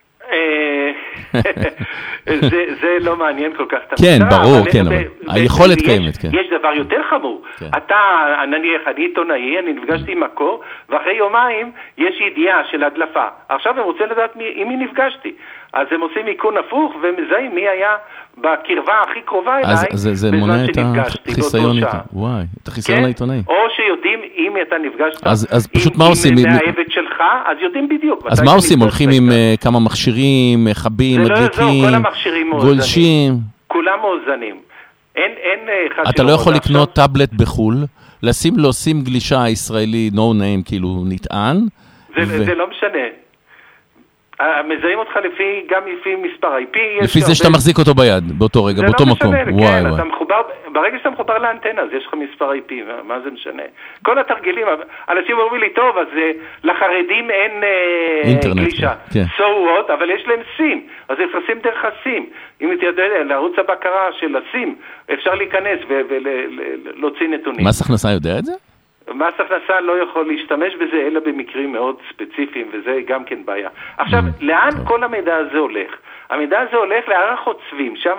Speaker 6: זה, זה לא מעניין כל כך.
Speaker 4: כן, ברור, כן, אבל היכולת קיימת, כן.
Speaker 6: יש דבר יותר חמור. אתה, נניח, אני עיתונאי, אני נפגשתי עם מקור, ואחרי יומיים יש ידיעה של הדלפה. עכשיו הם רוצים לדעת עם מי נפגשתי. אז הם עושים איכון הפוך, ומזהים מי היה בקרבה הכי קרובה אליי,
Speaker 4: זה מונע את החיסיון איתה. וואי, את החיסיון העיתונאי.
Speaker 6: או שיודעים אם אתה נפגשת
Speaker 4: אז פשוט מה עושים?
Speaker 6: עם מהעבד שלך, אז יודעים בדיוק.
Speaker 4: אז מה עושים? הולכים עם כמה מכשירים, מחבים, מדליקים, גולשים?
Speaker 6: כולם מאוזנים.
Speaker 4: אתה לא יכול לקנות טאבלט בחול, לשים לו סים גלישה ישראלי, no name, כאילו נטען.
Speaker 6: זה לא משנה. מזהים אותך לפי, גם לפי מספר איי פי.
Speaker 4: לפי זה שאתה מחזיק אותו ביד, באותו רגע, באותו מקום.
Speaker 6: זה לא משנה, כן, אתה מחובר, ברגע שאתה מחובר לאנטנה, אז יש לך מספר איי פי, מה זה משנה? כל התרגילים, אנשים אומרים לי, טוב, אז לחרדים אין גלישה. So what, אבל יש להם סים, אז נכנסים דרך הסים. אם אתה יודע, לערוץ הבקרה של הסים, אפשר להיכנס ולהוציא נתונים.
Speaker 4: מס הכנסה יודע את זה?
Speaker 6: מס הכנסה לא יכול להשתמש בזה, אלא במקרים מאוד ספציפיים, וזה גם כן בעיה. עכשיו, לאן כל המידע הזה הולך? המידע הזה הולך להערכות צבים, שם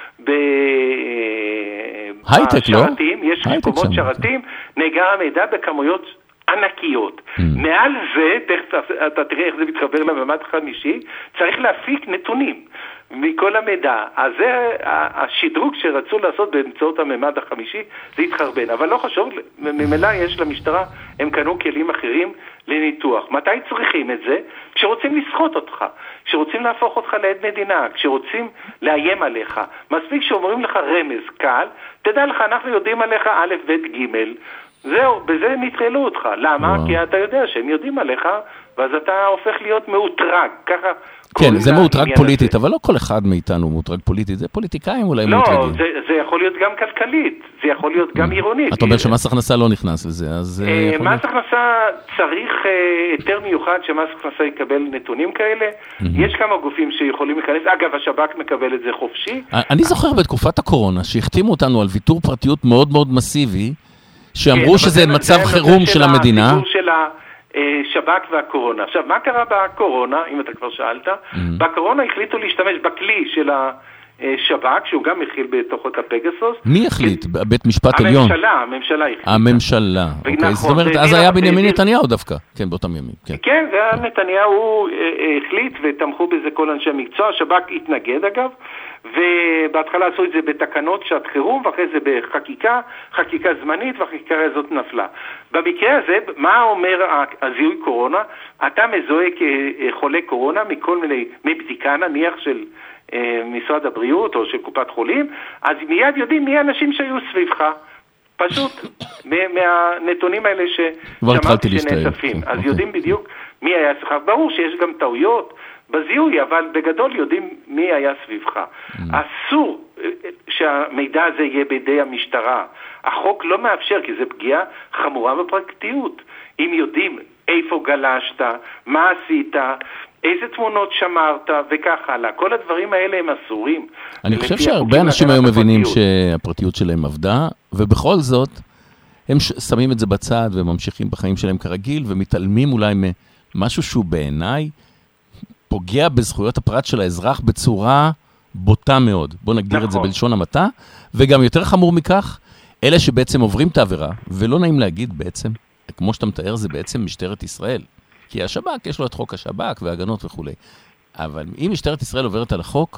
Speaker 6: בשרתים, יש מקומות שרתים, נאגר המידע בכמויות ענקיות. מעל זה, אתה תראה איך זה מתחבר לממד חמישי, צריך להפיק נתונים מכל המידע. אז זה השדרוג שרצו לעשות באמצעות הממד החמישי, זה התחרבן. אבל לא חשוב, ממילא יש למשטרה, הם קנו כלים אחרים לניתוח. מתי צריכים את זה? כשרוצים לסחוט אותך, כשרוצים להפוך אותך לעד מדינה, כשרוצים לאיים עליך. מספיק שאומרים לך רמז קל, תדע לך, אנחנו יודעים עליך א' ב' ג', זהו, בזה נתחלו אותך. למה? וואו. כי אתה יודע שהם יודעים עליך, ואז אתה הופך להיות מאותרג. ככה...
Speaker 4: כן, זה מאותרג פוליטית, אבל לא כל אחד מאיתנו מאותרג פוליטית, זה פוליטיקאים אולי מאותרגים.
Speaker 6: לא, זה, זה יכול להיות גם כלכלית, זה יכול להיות גם עירונית.
Speaker 4: אתה אומר שמס הכנסה לא נכנס לזה, אז...
Speaker 6: מס הכנסה צריך יותר מיוחד שמס הכנסה יקבל נתונים כאלה. יש כמה גופים שיכולים להיכנס, אגב, השב"כ מקבל את זה חופשי.
Speaker 4: אני זוכר בתקופת הקורונה, שהחתימו אותנו על ויתור פרטיות מאוד מאוד מסיבי, שאמרו שזה מצב חירום של המדינה.
Speaker 6: שב"כ והקורונה. עכשיו, מה קרה בקורונה, אם אתה כבר שאלת? בקורונה החליטו להשתמש בכלי של השב"כ, שהוא גם הכיל בתוכו את הפגסוס.
Speaker 4: מי החליט? בית משפט עליון?
Speaker 6: הממשלה, הממשלה החליטה.
Speaker 4: הממשלה, אוקיי. זאת אומרת, אז היה בנימין נתניהו דווקא, כן, באותם ימים.
Speaker 6: כן, זה היה נתניהו החליט, ותמכו בזה כל אנשי המקצוע. השב"כ התנגד, אגב, ובהתחלה עשו את זה בתקנות שעת חירום, ואחרי זה בחקיקה, חקיקה זמנית, והחקיקה הזאת נפלה. במקרה הזה, מה אומר הזיהוי קורונה? אתה מזוהה כחולה קורונה מכל מיני, מבדיקה נניח של אה, משרד הבריאות או של קופת חולים, אז מיד יודעים מי האנשים שהיו סביבך. פשוט, מהנתונים האלה ששמעתי שנאספים. אז יודעים בדיוק מי היה סביבך. ברור שיש גם טעויות בזיהוי, אבל בגדול יודעים מי היה סביבך. אסור שהמידע הזה יהיה בידי המשטרה. החוק לא מאפשר, כי זה פגיעה חמורה בפרטיות. אם יודעים איפה גלשת, מה עשית, איזה תמונות שמרת וכך הלאה. כל הדברים האלה הם אסורים.
Speaker 4: אני חושב שהרבה אנשים היום מבינים שהפרטיות שלהם עבדה, ובכל זאת הם שמים את זה בצד וממשיכים בחיים שלהם כרגיל, ומתעלמים אולי ממשהו שהוא בעיניי פוגע בזכויות הפרט של האזרח בצורה בוטה מאוד. בוא נגדיר נכון. את זה בלשון המעטה, וגם יותר חמור מכך, אלה שבעצם עוברים את העבירה, ולא נעים להגיד בעצם, כמו שאתה מתאר, זה בעצם משטרת ישראל. כי השב"כ, יש לו את חוק השב"כ והגנות וכו'. אבל אם משטרת ישראל עוברת על החוק,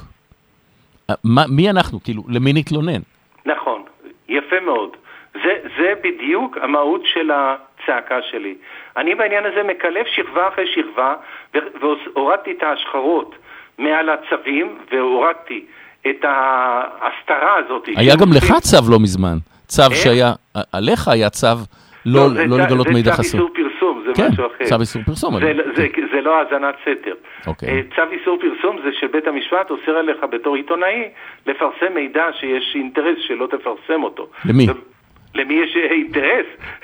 Speaker 4: מה, מי אנחנו? כאילו, למי נתלונן? נכון,
Speaker 6: יפה מאוד. זה, זה בדיוק המהות של הצעקה שלי. אני בעניין הזה מקלף שכבה אחרי שכבה, והורדתי את ההשחרות מעל הצווים, והורדתי את ההסתרה הזאת.
Speaker 4: היה גם לך צו לא מזמן. צו שהיה, עליך היה צו לא לגלות מידע חסוי.
Speaker 6: זה צו איסור פרסום, זה משהו אחר.
Speaker 4: צו איסור פרסום.
Speaker 6: זה לא האזנת סתר. צו איסור פרסום זה שבית המשפט אוסר עליך בתור עיתונאי לפרסם מידע שיש אינטרס שלא תפרסם אותו.
Speaker 4: למי?
Speaker 6: למי יש אינטרס?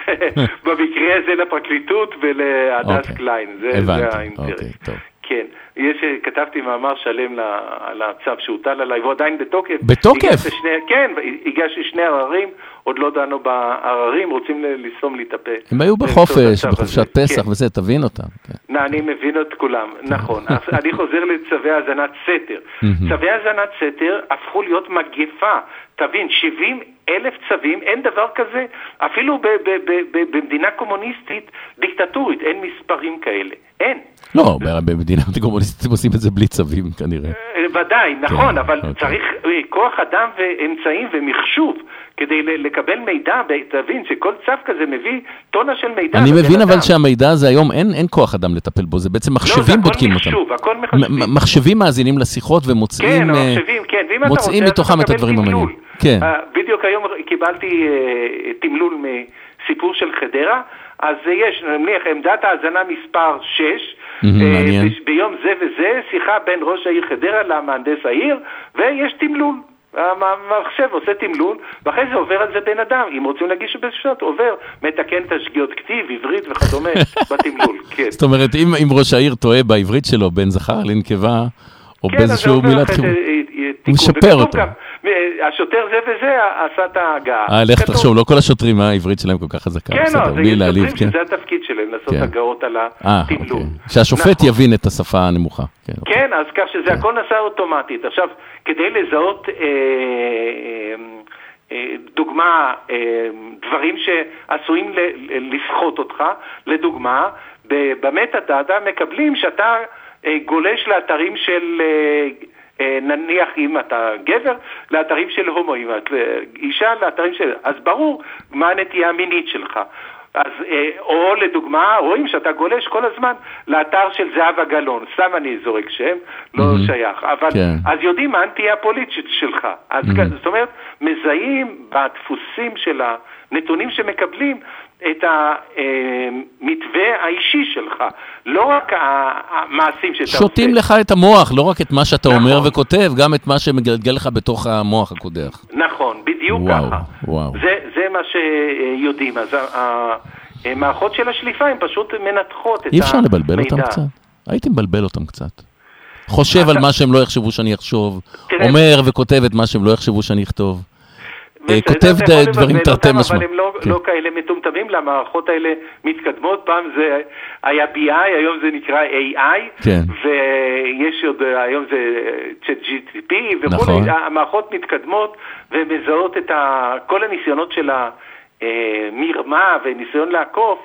Speaker 6: במקרה הזה לפרקליטות ולהדס קליין. זה האינטרס. כן, יש, כתבתי מאמר שלם על הצו שהוטל עליי, והוא עדיין בתוקף.
Speaker 4: בתוקף?
Speaker 6: שני, כן, הגשתי שני עררים, עוד לא דנו בעררים, רוצים לסתום לי את הפה.
Speaker 4: הם היו בחופש, בחופשת פסח וזה, תבין אותם.
Speaker 6: אני מבין את כולם, נכון. אני חוזר לצווי האזנת סתר. צווי האזנת סתר הפכו להיות מגפה. תבין, שבעים אלף צווים, אין דבר כזה, אפילו במדינה קומוניסטית, דיקטטורית, אין מספרים כאלה. אין.
Speaker 4: לא, במדינה קומוניסטית עושים את זה בלי צווים כנראה.
Speaker 6: ודאי, נכון, אבל צריך כוח אדם ואמצעים ומחשוב כדי לקבל מידע, תבין שכל צו כזה מביא טונה של מידע.
Speaker 4: אני מבין אבל שהמידע הזה היום אין כוח אדם לטפל בו, זה בעצם מחשבים בודקים אותם.
Speaker 6: לא, זה הכל מחשוב, הכל מחשבים.
Speaker 4: מחשבים מאזינים לשיחות ומוצאים מתוכם את הדברים המעניינים. כן.
Speaker 6: בדיוק היום קיבלתי תמלול מסיפור של חדרה, אז יש, נניח, עמדת ההאזנה מספר שש, ביום זה וזה, שיחה בין ראש העיר חדרה למהנדס העיר, ויש תמלול. המחשב עושה תמלול, ואחרי זה עובר על זה בן אדם. אם רוצים להגיש שבשעות, עובר, מתקן את השגיאות כתיב, עברית וכדומה, בתמלול.
Speaker 4: זאת אומרת, אם ראש העיר טועה בעברית שלו, בין זכר לנקבה, או באיזשהו מילת חיבור, הוא משפר אותו.
Speaker 6: השוטר זה וזה עשה את ההגעה.
Speaker 4: אה, לך תחשוב, לא כל השוטרים העברית שלהם כל כך חזקה.
Speaker 6: כן, לא, זה התפקיד שלהם, לעשות הגעות על התמלול.
Speaker 4: שהשופט יבין את השפה הנמוכה.
Speaker 6: כן, אז כך שזה הכל נעשה אוטומטית. עכשיו, כדי לזהות דוגמה, דברים שעשויים לסחוט אותך, לדוגמה, במטה-דאטה מקבלים שאתה גולש לאתרים של... נניח אם אתה גבר, לאתרים של הומואים, אישה לאתרים של... אז ברור מה הנטייה המינית שלך. אז, או לדוגמה, רואים שאתה גולש כל הזמן לאתר של זהבה גלאון, סתם אני זורק שם, לא mm-hmm. שייך, אבל כן. אז יודעים מה הנטייה הפוליטית שלך. אז mm-hmm. זאת אומרת, מזהים בדפוסים של הנתונים שמקבלים את המתווה האישי שלך, לא רק המעשים שאתה עושה.
Speaker 4: שותים לך את המוח, לא רק את מה שאתה נכון. אומר וכותב, גם את מה שמגלגל לך בתוך המוח הקודח.
Speaker 6: נכון, בדיוק
Speaker 4: וואו,
Speaker 6: ככה.
Speaker 4: וואו.
Speaker 6: זה, זה מה שיודעים. אז המערכות של השליפה הן פשוט מנתחות את המידע.
Speaker 4: אי אפשר לבלבל אותם קצת? הייתי מבלבל אותם קצת. חושב על מה שהם לא יחשבו שאני אחשוב, אומר וכותב את מה שהם לא יחשבו שאני אכתוב. כותב דברים תרתי משמע.
Speaker 6: אבל הם לא כאלה מטומטמים, למערכות האלה מתקדמות, פעם זה היה בי איי, היום זה נקרא איי איי, ויש עוד, היום זה צ'אט ג'י פי טי וכו', המערכות מתקדמות ומזהות את כל הניסיונות של המרמה וניסיון לעקוף,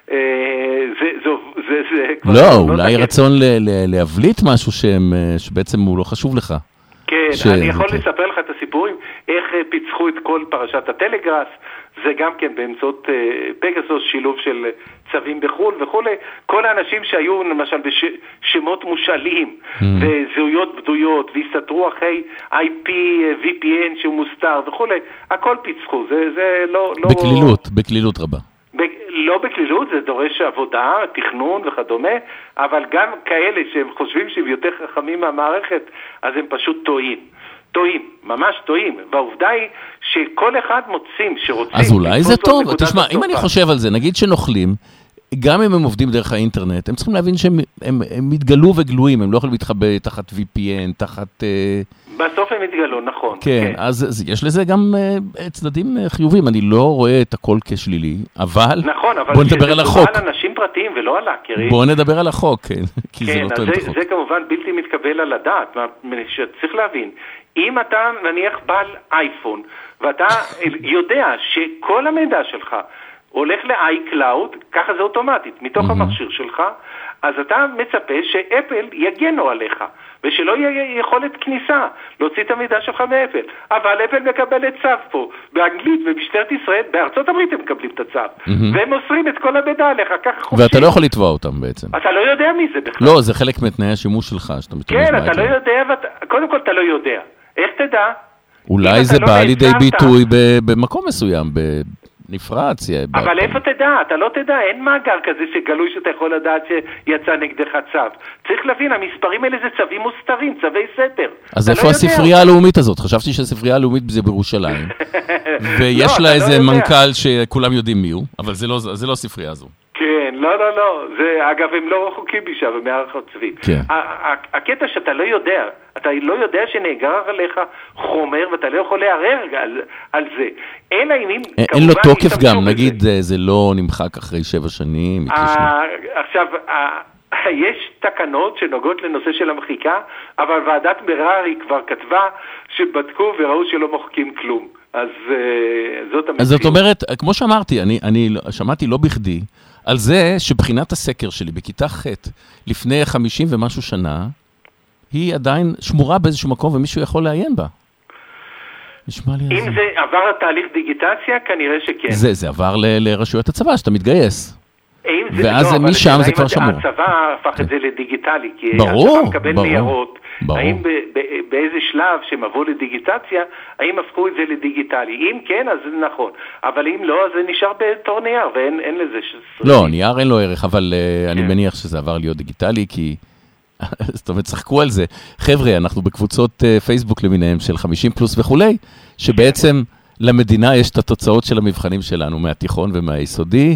Speaker 4: לא, אולי רצון להבליט משהו שבעצם הוא לא חשוב לך.
Speaker 6: כן, אני יכול לספר לך את הסיפורים, איך פיצחו את כל פרשת הטלגראס, זה גם כן באמצעות פגסוס, שילוב של צווים בחול וכו'. כל האנשים שהיו למשל בשמות מושאלים וזהויות בדויות והסתתרו אחרי איי פי, וי פי אן שהוא מוסתר וכו', הכל פיצחו, זה לא...
Speaker 4: בכלילות, בכלילות רבה.
Speaker 6: לא בכלילות, זה דורש עבודה, תכנון וכדומה, אבל גם כאלה שהם חושבים שהם יותר חכמים מהמערכת, אז הם פשוט טועים. טועים, ממש טועים. והעובדה היא שכל אחד מוצאים שרוצים...
Speaker 4: אז אולי זה טוב. תשמע, אם אני חושב על זה, נגיד שנוכלים, גם אם הם עובדים דרך האינטרנט, הם צריכים להבין שהם הם, הם מתגלו וגלויים, הם לא יכולים להתחבא תחת וי פי אן, תחת...
Speaker 6: בסוף הם התגלו, נכון.
Speaker 4: כן, כן. אז, אז יש לזה גם uh, צדדים uh, חיובים, אני לא רואה את הכל כשלילי, אבל...
Speaker 6: נכון, אבל...
Speaker 4: בוא נדבר על החוק.
Speaker 6: זה על אנשים פרטיים ולא על האקרים.
Speaker 4: בוא נדבר על החוק, כן, כי
Speaker 6: כן,
Speaker 4: זה לא תואם את
Speaker 6: זה,
Speaker 4: החוק.
Speaker 6: זה כמובן בלתי מתקבל על הדעת, שצריך להבין. אם אתה נניח בעל אייפון, ואתה יודע שכל המידע שלך הולך ל-iCloud, ככה זה אוטומטית, מתוך mm-hmm. המכשיר שלך, אז אתה מצפה שאפל יגנו עליך, ושלא יהיה יכולת כניסה, להוציא את המידע שלך מאפל. אבל אפל מקבלת צו פה, באנגלית ובמשטרת ישראל, בארצות הברית הם מקבלים את הצו, mm-hmm. והם מוסרים את כל המידע עליך, ככה חופשי.
Speaker 4: ואתה לא יכול לתבוע אותם בעצם.
Speaker 6: אתה לא יודע מי זה בכלל.
Speaker 4: לא, זה חלק מתנאי השימוש שלך, שאתה מתמש
Speaker 6: כן, אתה לא יודע, ואת... קודם כל אתה לא יודע. איך תדע?
Speaker 4: אולי זה בא לידי ביטוי במקום מסוים, בנפרץ.
Speaker 6: אבל איפה תדע? אתה לא תדע, אין מאגר כזה שגלוי שאתה יכול לדעת שיצא נגדך צו. צריך להבין, המספרים האלה זה צווים מוסתרים, צווי סתר.
Speaker 4: אז איפה הספרייה הלאומית הזאת? חשבתי שהספרייה הלאומית זה בירושלים, ויש לה איזה מנכ"ל שכולם יודעים מי הוא, אבל זה לא הספרייה הזו.
Speaker 6: כן, לא, לא, לא. זה, אגב, הם לא רחוקים משם, הם מערכות צבי.
Speaker 4: כן.
Speaker 6: הקטע שאתה לא יודע, אתה לא יודע שנאגר עליך חומר, ואתה לא יכול לערער על, על זה. אלא אם...
Speaker 4: אין לו תוקף גם, נגיד, זה. זה לא נמחק אחרי שבע שנים.
Speaker 6: עכשיו, יש תקנות שנוגעות לנושא של המחיקה, אבל ועדת מררי כבר כתבה שבדקו וראו שלא מוחקים כלום. אז זאת המציאות.
Speaker 4: אז זאת אומרת, כמו שאמרתי, אני, אני שמעתי לא בכדי, על זה שבחינת הסקר שלי בכיתה ח' לפני חמישים ומשהו שנה, היא עדיין שמורה באיזשהו מקום ומישהו יכול לעיין בה. נשמע לי
Speaker 6: אם זה עבר התהליך דיגיטציה, כנראה שכן.
Speaker 4: זה, זה עבר ל, לרשויות הצבא, שאתה מתגייס. ואז לא, משם זה כבר שמור.
Speaker 6: הצבא הפך את זה לדיגיטלי, כי
Speaker 4: ברור,
Speaker 6: הצבא מקבל
Speaker 4: ברור,
Speaker 6: ניירות.
Speaker 4: ברור.
Speaker 6: האם באיזה שלב שהם עברו לדיגיטציה, האם הפכו את זה לדיגיטלי? אם כן, אז זה נכון. אבל אם לא, אז זה נשאר בתור נייר, ואין לזה...
Speaker 4: לא, נייר אין לו ערך, אבל אני מניח שזה עבר להיות דיגיטלי, כי... זאת אומרת, צחקו על זה. חבר'ה, אנחנו בקבוצות פייסבוק למיניהם של חמישים פלוס וכולי, שבעצם למדינה יש את התוצאות של המבחנים שלנו, מהתיכון ומהיסודי,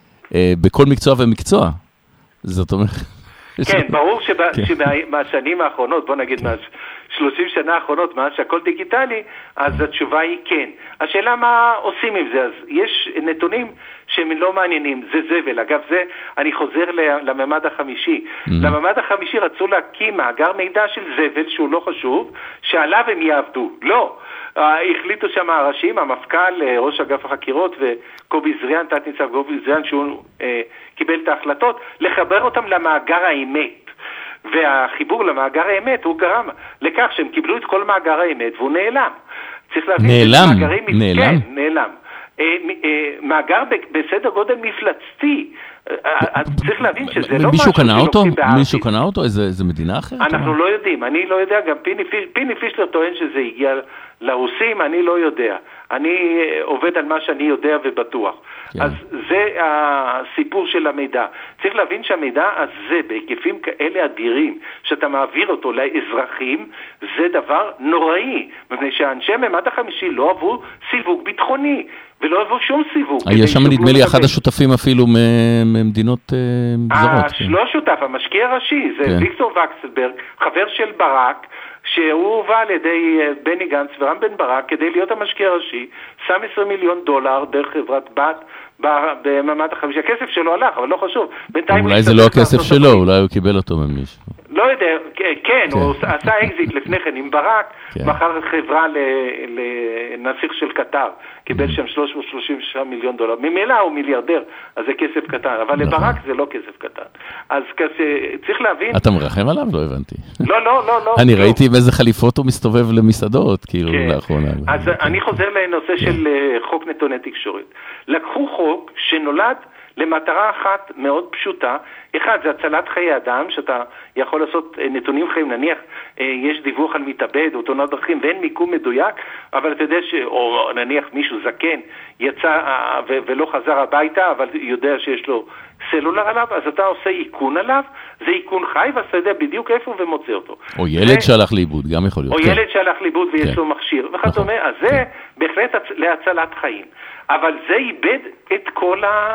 Speaker 4: בכל מקצוע ומקצוע. זאת אומרת...
Speaker 6: כן, ברור שבשנים האחרונות, בוא נגיד מה-שלושים שנה האחרונות, מאז שהכל דיגיטלי, אז התשובה היא כן. השאלה מה עושים עם זה, אז יש נתונים שהם לא מעניינים, זה זבל. אגב, זה, אני חוזר לממד החמישי. לממד החמישי רצו להקים מאגר מידע של זבל, שהוא לא חשוב, שעליו הם יעבדו. לא. החליטו שם הראשים, המפכ"ל, ראש אגף החקירות וקובי זריאן, תת ניצב קובי זריאן, שהוא אה, קיבל את ההחלטות, לחבר אותם למאגר האמת. והחיבור למאגר האמת הוא גרם לכך שהם קיבלו את כל מאגר האמת והוא נעלם. צריך להבין
Speaker 4: נעלם? מאגרים... נעלם?
Speaker 6: כן, נעלם. אה, אה, מאגר בסדר גודל מפלצתי. צריך להבין שזה לא משהו
Speaker 4: שנופים בארץ. מישהו קנה אותו? איזה מדינה אחרת?
Speaker 6: אנחנו לא יודעים, אני לא יודע, גם פיני פישלר טוען שזה הגיע לרוסים, אני לא יודע. אני עובד על מה שאני יודע ובטוח. אז זה הסיפור של המידע. צריך להבין שהמידע הזה, בהיקפים כאלה אדירים, שאתה מעביר אותו לאזרחים, זה דבר נוראי, מפני שהאנשי ממד החמישי לא עברו סיווג ביטחוני. ולא עבור שום סיווג.
Speaker 4: יש שם נדמה לי אחד השותפים אפילו ממדינות זרות.
Speaker 6: לא שותף, המשקיע הראשי, זה ויקטור וקסלברג, חבר של ברק, שהוא הובא על ידי בני גנץ ורם בן ברק, כדי להיות המשקיע הראשי, שם עשרה מיליון דולר דרך חברת בת, בממד החמישי. הכסף שלו הלך, אבל לא חשוב.
Speaker 4: אולי זה לא הכסף שלו, אולי הוא קיבל אותו ממישהו.
Speaker 6: לא יודע, כן, הוא עשה אקזיט לפני כן עם ברק, מחר חברה לנסיך של קטר, קיבל שם שלוש מאות שלושים ושש מיליון דולר. ממילא הוא מיליארדר, אז זה כסף קטן, אבל לברק זה לא כסף קטן. אז צריך להבין...
Speaker 4: אתה מרחם עליו? לא הבנתי.
Speaker 6: לא, לא, לא, לא.
Speaker 4: אני ראיתי באיזה חליפות הוא מסתובב למסעדות, כאילו, לאחרונה.
Speaker 6: אז אני חוזר לנושא של חוק נתוני תקשורת. לקחו חוק שנולד למטרה אחת מאוד פשוטה. אחד, זה הצלת חיי אדם, שאתה יכול לעשות נתונים חיים, נניח יש דיווח על מתאבד או תאונת דרכים ואין מיקום מדויק, אבל אתה יודע ש... או נניח מישהו זקן יצא ו- ולא חזר הביתה, אבל יודע שיש לו סלולר עליו, אז אתה עושה עיקון עליו, זה עיקון חי, ואתה יודע בדיוק איפה ומוצא אותו.
Speaker 4: או ילד ו... שהלך לאיבוד, גם יכול להיות.
Speaker 6: או כן. ילד שהלך לאיבוד ויש כן. לו מכשיר, וכדומה, אז זה כן. בהחלט להצלת חיים. אבל זה איבד את כל ה...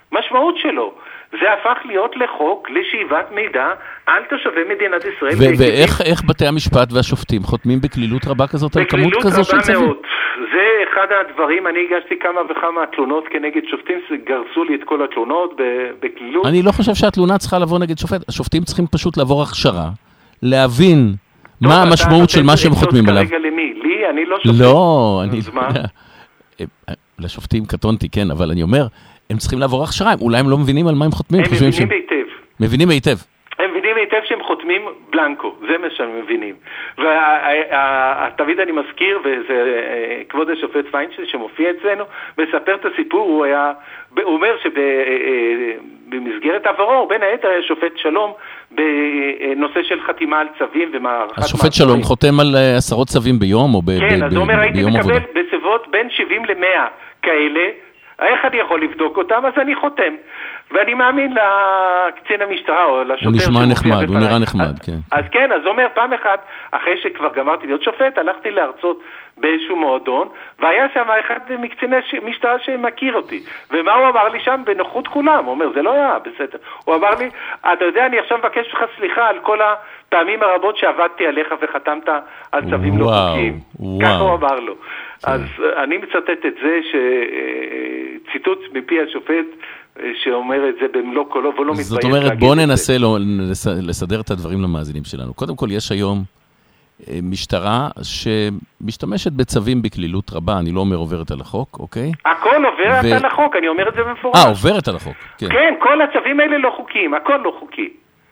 Speaker 6: משמעות שלו. זה הפך להיות לחוק לשאיבת מידע על תושבי מדינת ישראל.
Speaker 4: ואיך איך בתי המשפט והשופטים חותמים בכלילות רבה כזאת על כמות כזו של צווים?
Speaker 6: מאוד. זה אחד הדברים, אני הגשתי כמה וכמה תלונות כנגד שופטים, גרסו לי את כל התלונות בכלילות.
Speaker 4: אני לא חושב שהתלונה צריכה לבוא נגד שופט, השופטים צריכים פשוט לעבור הכשרה, להבין מה המשמעות של מה שהם חותמים עליו.
Speaker 6: כרגע למי? לי? אני לא שופט.
Speaker 4: לא, אני... לשופטים קטונתי, כן, אבל אני אומר, הם צריכים לעבור הכשרה, אולי הם לא מבינים על מה הם חותמים.
Speaker 6: הם מבינים היטב.
Speaker 4: מבינים היטב.
Speaker 6: הם מבינים היטב שהם חותמים בלנקו, זה מה שהם מבינים. ותמיד אני מזכיר, וזה כבוד השופט פיינשטיין שמופיע אצלנו, מספר את הסיפור, הוא היה, הוא אומר שבמסגרת עברו, בין היתר היה שופט שלום, בנושא של חתימה על צווים ומערכת...
Speaker 4: השופט שלום חותם על עשרות צווים ביום או ביום עבודה?
Speaker 6: כן, אז הוא אומר, הייתי מקבל בסביבות בין שבעים למאה כאלה, איך אני יכול לבדוק אותם? אז אני חותם. ואני מאמין לקצין המשטרה או לשוטר...
Speaker 4: הוא נשמע נחמד, הוא נראה נחמד, כן.
Speaker 6: אז כן, אז הוא אומר, פעם אחת, אחרי שכבר גמרתי להיות שופט, הלכתי לארצות באיזשהו מועדון, והיה שם אחד מקציני משטרה שמכיר אותי. ומה הוא אמר לי שם? בנוחות כולם. הוא אומר, זה לא היה בסדר. הוא אמר לי, אתה יודע, אני עכשיו מבקש לך סליחה על כל הפעמים הרבות שעבדתי עליך וחתמת על צווים לא חוקיים. ככה הוא אמר לו. אז אני מצטט את זה שציטוט מפי השופט שאומר את זה במלוא קולו ולא מתבייש.
Speaker 4: זאת אומרת, בואו ננסה לסדר את הדברים למאזינים שלנו. קודם כל, יש היום משטרה שמשתמשת בצווים בכלילות רבה, אני לא אומר עוברת על החוק, אוקיי?
Speaker 6: הכל עוברת על החוק, אני אומר את זה במפורש.
Speaker 4: אה, עוברת על החוק, כן.
Speaker 6: כן, כל הצווים האלה לא חוקיים, הכל לא חוקי.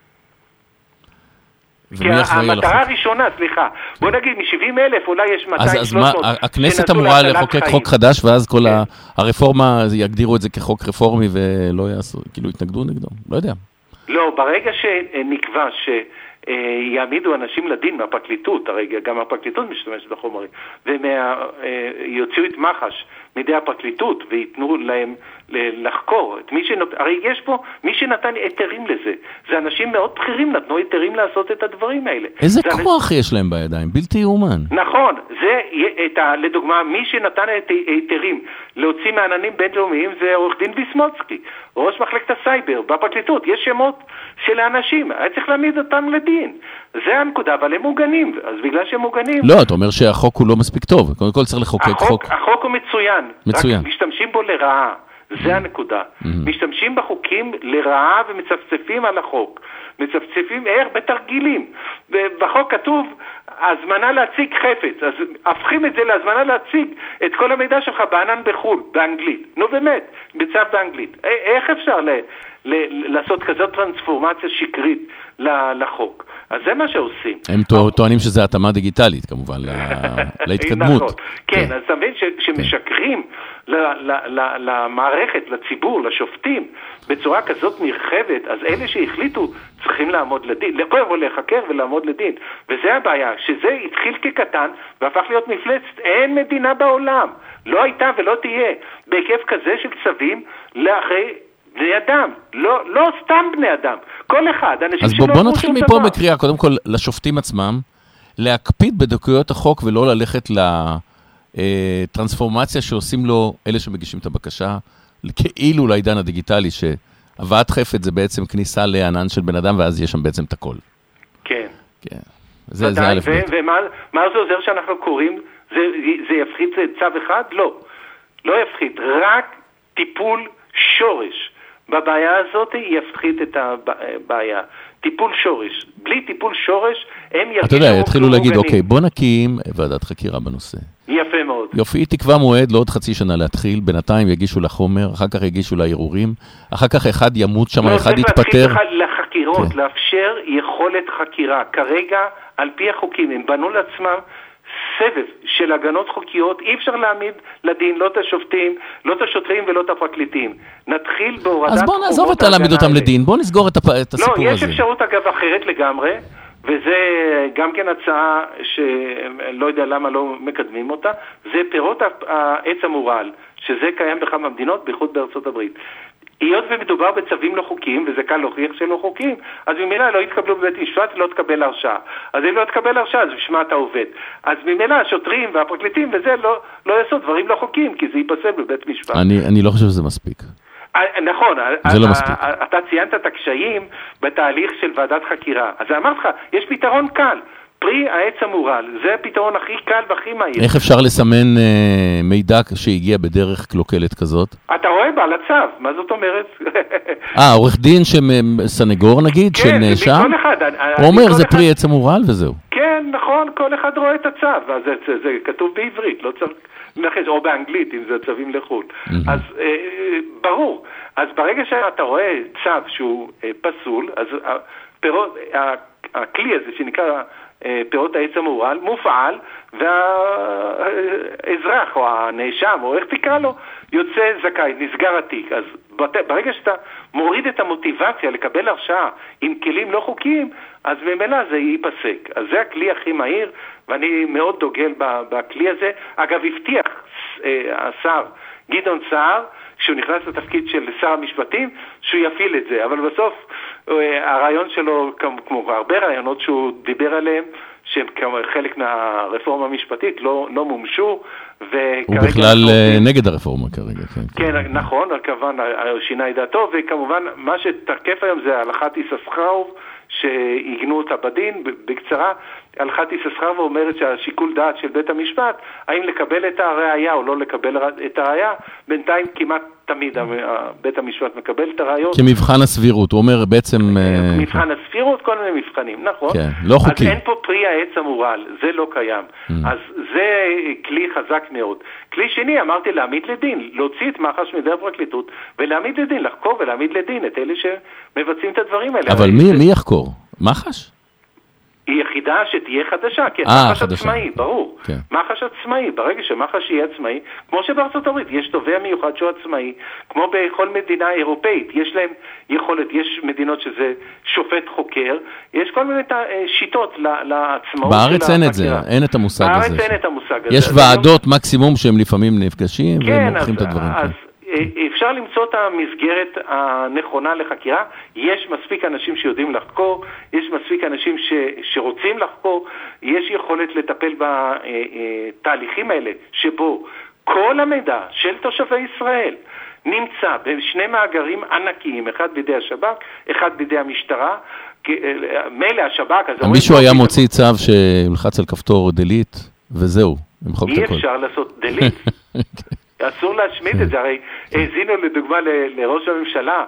Speaker 6: כי המטרה הראשונה, סליחה, בוא נגיד, מ-שבעים אלף אולי יש מאתיים שלוש מאות.
Speaker 4: אז הכנסת אמורה לחוקק חוק חדש, ואז כל הרפורמה יגדירו את זה כחוק רפורמי ולא יעשו, כאילו יתנגדו נגדו, לא יודע.
Speaker 6: לא, ברגע שנקבע שיעמידו אנשים לדין מהפרקליטות, הרגע גם הפרקליטות משתמשת בחומרים, ויוציאו את מח"ש מידי הפרקליטות ויתנו להם לחקור את מי שנות... הרי יש פה מי שנתן היתרים לזה. זה אנשים מאוד בכירים נתנו היתרים לעשות את הדברים האלה.
Speaker 4: איזה כוח יש להם בידיים? בלתי יאומן.
Speaker 6: נכון. זה, את ה... לדוגמה, מי שנתן את היתרים להוציא מעננים בינלאומיים זה עורך דין ויסמוצקי, ראש מחלקת הסייבר בפרקליטות. יש שמות של האנשים. היה צריך להעמיד אותם לדין. זה הנקודה, אבל הם מוגנים. אז בגלל שהם מוגנים...
Speaker 4: לא, אתה אומר שהחוק הוא לא מספיק טוב. קודם כל צריך לחוקק
Speaker 6: החוק,
Speaker 4: חוק.
Speaker 6: החוק הוא מצוין.
Speaker 4: מצוין.
Speaker 6: רק משתמשים בו לרעה. זה הנקודה. Mm-hmm. משתמשים בחוקים לרעה ומצפצפים על החוק. מצפצפים איך? בתרגילים. בחוק כתוב, הזמנה להציג חפץ. אז הפכים את זה להזמנה להציג את כל המידע שלך בענן בחול, באנגלית. נו באמת, בצו באנגלית. איך אפשר ל- ל- לעשות כזאת טרנספורמציה שקרית לחוק? אז זה מה שעושים.
Speaker 4: הם טוענים שזה התאמה דיגיטלית, כמובן, להתקדמות.
Speaker 6: נכון. כן, אז אתה מבין שמשקרים למערכת, לציבור, לשופטים, בצורה כזאת נרחבת, אז אלה שהחליטו צריכים לעמוד לדין, קודם כל להיחקר ולעמוד לדין. וזה הבעיה, שזה התחיל כקטן והפך להיות מפלצת. אין מדינה בעולם, לא הייתה ולא תהיה, בהיקף כזה של צווים לאחרי... בני אדם, לא, לא סתם בני אדם, כל אחד, אנשים
Speaker 4: אז בוא, בוא נתחיל מפה דבר. בקריאה, קודם כל לשופטים עצמם, להקפיד בדקויות החוק ולא ללכת לטרנספורמציה שעושים לו אלה שמגישים את הבקשה, כאילו לעידן הדיגיטלי, שהבאת חפת זה בעצם כניסה לענן של בן אדם, ואז יש שם בעצם את הכל.
Speaker 6: כן.
Speaker 4: כן. זה, זה א' ב'.
Speaker 6: ומה מה זה עוזר שאנחנו קוראים? זה, זה יפחית צו אחד? לא. לא יפחית, רק טיפול שורש. בבעיה הזאת יפחית את הבעיה. טיפול שורש. בלי טיפול שורש, הם ירגישו...
Speaker 4: אתה יודע, יתחילו להגיד, אוקיי, בוא נקים ועדת חקירה בנושא.
Speaker 6: יפה מאוד.
Speaker 4: יופי, תקבע מועד לעוד חצי שנה להתחיל, בינתיים יגישו לחומר, אחר כך יגישו לערעורים, אחר כך אחד ימות שם, אחד יתפטר.
Speaker 6: לא, צריך להתחיל לחקירות, לאפשר יכולת חקירה. כרגע, על פי החוקים, הם בנו לעצמם סבב של הגנות חוקיות, אי אפשר להעמיד לדין, לא את השופטים, לא את השוטרים ולא את הפרקליטים. נתחיל בהורדת...
Speaker 4: אז בוא נעזוב את להעמיד אותם לדין, בוא נסגור את הסיפור הזה.
Speaker 6: לא, יש אפשרות אגב אחרת לגמרי, וזה גם כן הצעה שלא יודע למה לא מקדמים אותה, זה פירות העץ המורל, שזה קיים בכמה מדינות, בייחוד בארצות הברית. היות ומדובר בצווים לא חוקיים, וזה קל להוכיח שלא חוקיים, אז ממילא לא יתקבלו בבית משפט, לא תקבל הרשעה. אז אם לא תקבל הרשעה, אז בשמה אתה עובד. אז ממילא השוטרים והפרקליטים וזה לא, לא יעשו דברים לא חוקיים, כי זה ייפסל בבית משפט.
Speaker 4: אני, אני לא חושב שזה מספיק.
Speaker 6: נכון,
Speaker 4: זה לא מספיק.
Speaker 6: אתה ציינת את הקשיים בתהליך של ועדת חקירה. אז אמרתי לך, יש פתרון קל. פרי העץ המורל, זה הפתרון הכי קל והכי מהיר.
Speaker 4: איך אפשר לסמן אה, מידע שהגיע בדרך קלוקלת כזאת?
Speaker 6: אתה רואה בה, לצו, מה זאת אומרת?
Speaker 4: אה, עורך דין סנגור נגיד,
Speaker 6: כן,
Speaker 4: של נאשם?
Speaker 6: כל אחד.
Speaker 4: הוא אומר, זה
Speaker 6: אחד...
Speaker 4: פרי עץ המורל וזהו.
Speaker 6: כן, נכון, כל אחד רואה את הצו, אז זה, זה, זה כתוב בעברית, לא צריך לנחש, או באנגלית, אם זה צווים לחו"ל. Mm-hmm. אז אה, ברור, אז ברגע שאתה רואה צו שהוא אה, פסול, אז הפירות, הכלי הזה שנקרא פירות העץ המורל מופעל, והאזרח או הנאשם או איך תקרא לו יוצא זכאי, נסגר התיק. אז ברגע שאתה מוריד את המוטיבציה לקבל הרשאה עם כלים לא חוקיים, אז ממילא זה ייפסק. אז זה הכלי הכי מהיר, ואני מאוד דוגל בכלי הזה. אגב, הבטיח השר גדעון סער, כשהוא נכנס לתפקיד של שר המשפטים, שהוא יפעיל את זה. אבל בסוף הרעיון שלו, כמו הרבה רעיונות שהוא דיבר עליהם, שהם חלק מהרפורמה המשפטית, לא, לא מומשו.
Speaker 4: הוא בכלל נגד הרפורמה כרגע. כן,
Speaker 6: כן, נכון, כמובן שינה את דעתו, וכמובן מה שתקף היום זה הלכת יששכרוב, שהגנו אותה בדין. בקצרה, הלכת יששכרוב אומרת שהשיקול דעת של בית המשפט, האם לקבל את הראייה או לא לקבל את הראייה, בינתיים כמעט תמיד בית המשפט מקבל את הראיות.
Speaker 4: כמבחן הסבירות, הוא אומר בעצם...
Speaker 6: מבחן הסבירות, כל מיני מבחנים, נכון?
Speaker 4: כן, לא חוקי.
Speaker 6: אז אין פה פרי העץ המורל, זה לא קיים. אז זה כלי חזק מאוד. כלי שני, אמרתי להעמיד לדין, להוציא את מח"ש מידי הפרקליטות, ולהעמיד לדין, לחקור ולהעמיד לדין את אלה שמבצעים את הדברים האלה.
Speaker 4: אבל מי, מי יחקור? מח"ש?
Speaker 6: היא יחידה שתהיה חדשה, כן,
Speaker 4: 아,
Speaker 6: מח"ש
Speaker 4: חדשה.
Speaker 6: עצמאי, ברור. כן. מח"ש עצמאי, ברגע שמח"ש יהיה עצמאי, כמו שבארצות הברית, יש תובע מיוחד שהוא עצמאי, כמו בכל מדינה אירופאית, יש להם יכולת, יש מדינות שזה שופט חוקר, יש כל מיני שיטות לעצמאות.
Speaker 4: בארץ אין את זה, אין את המושג הזה.
Speaker 6: בארץ אין את המושג הזה.
Speaker 4: יש ועדות מקסימום שהם לפעמים נפגשים,
Speaker 6: כן,
Speaker 4: והם מוכחים את הדברים.
Speaker 6: אז אפשר למצוא את המסגרת הנכונה לחקירה, יש מספיק אנשים שיודעים לחקור, יש מספיק אנשים ש, שרוצים לחקור, יש יכולת לטפל בתהליכים האלה, שבו כל המידע של תושבי ישראל נמצא בשני מאגרים ענקיים, אחד בידי השב"כ, אחד בידי המשטרה, מילא השב"כ...
Speaker 4: מישהו היה מוציא צו שהולחץ על כפתור דלית, וזהו, למחוק את הכל.
Speaker 6: אי אפשר לעשות דלית. אסור להשמיד את זה, הרי הזינו לדוגמה לראש הממשלה.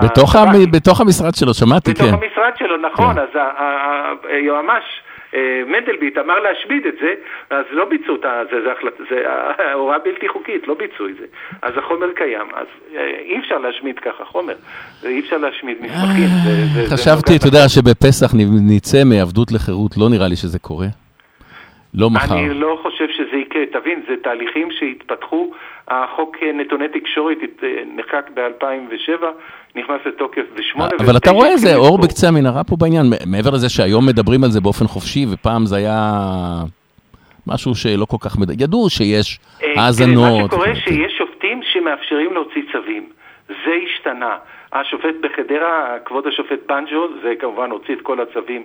Speaker 4: בתוך המשרד שלו, שמעתי, כן.
Speaker 6: בתוך המשרד שלו, נכון, אז היועמ"ש מנדלבליט אמר להשמיד את זה, אז לא ביצעו את זה, זה הוראה בלתי חוקית, לא ביצעו את זה. אז החומר קיים, אז אי אפשר להשמיד ככה חומר, אי אפשר להשמיד מסמכים.
Speaker 4: חשבתי, אתה יודע, שבפסח נצא מעבדות לחירות, לא נראה לי שזה קורה. לא מחר.
Speaker 6: אני לא חושב שזה יקרה, תבין, זה תהליכים שהתפתחו, החוק נתוני תקשורת נחקק ב-אלפיים ושבע, נכנס לתוקף ב-שמונה.
Speaker 4: אבל אתה רואה איזה אור בקצה המנהרה פה בעניין, מעבר לזה שהיום מדברים על זה באופן חופשי, ופעם זה היה משהו שלא כל כך מדבר, ידעו שיש האזנות.
Speaker 6: מה שקורה שיש שופטים שמאפשרים להוציא צווים, זה השתנה. השופט בחדרה, כבוד השופט בנג'ו, זה כמובן הוציא את כל הצווים.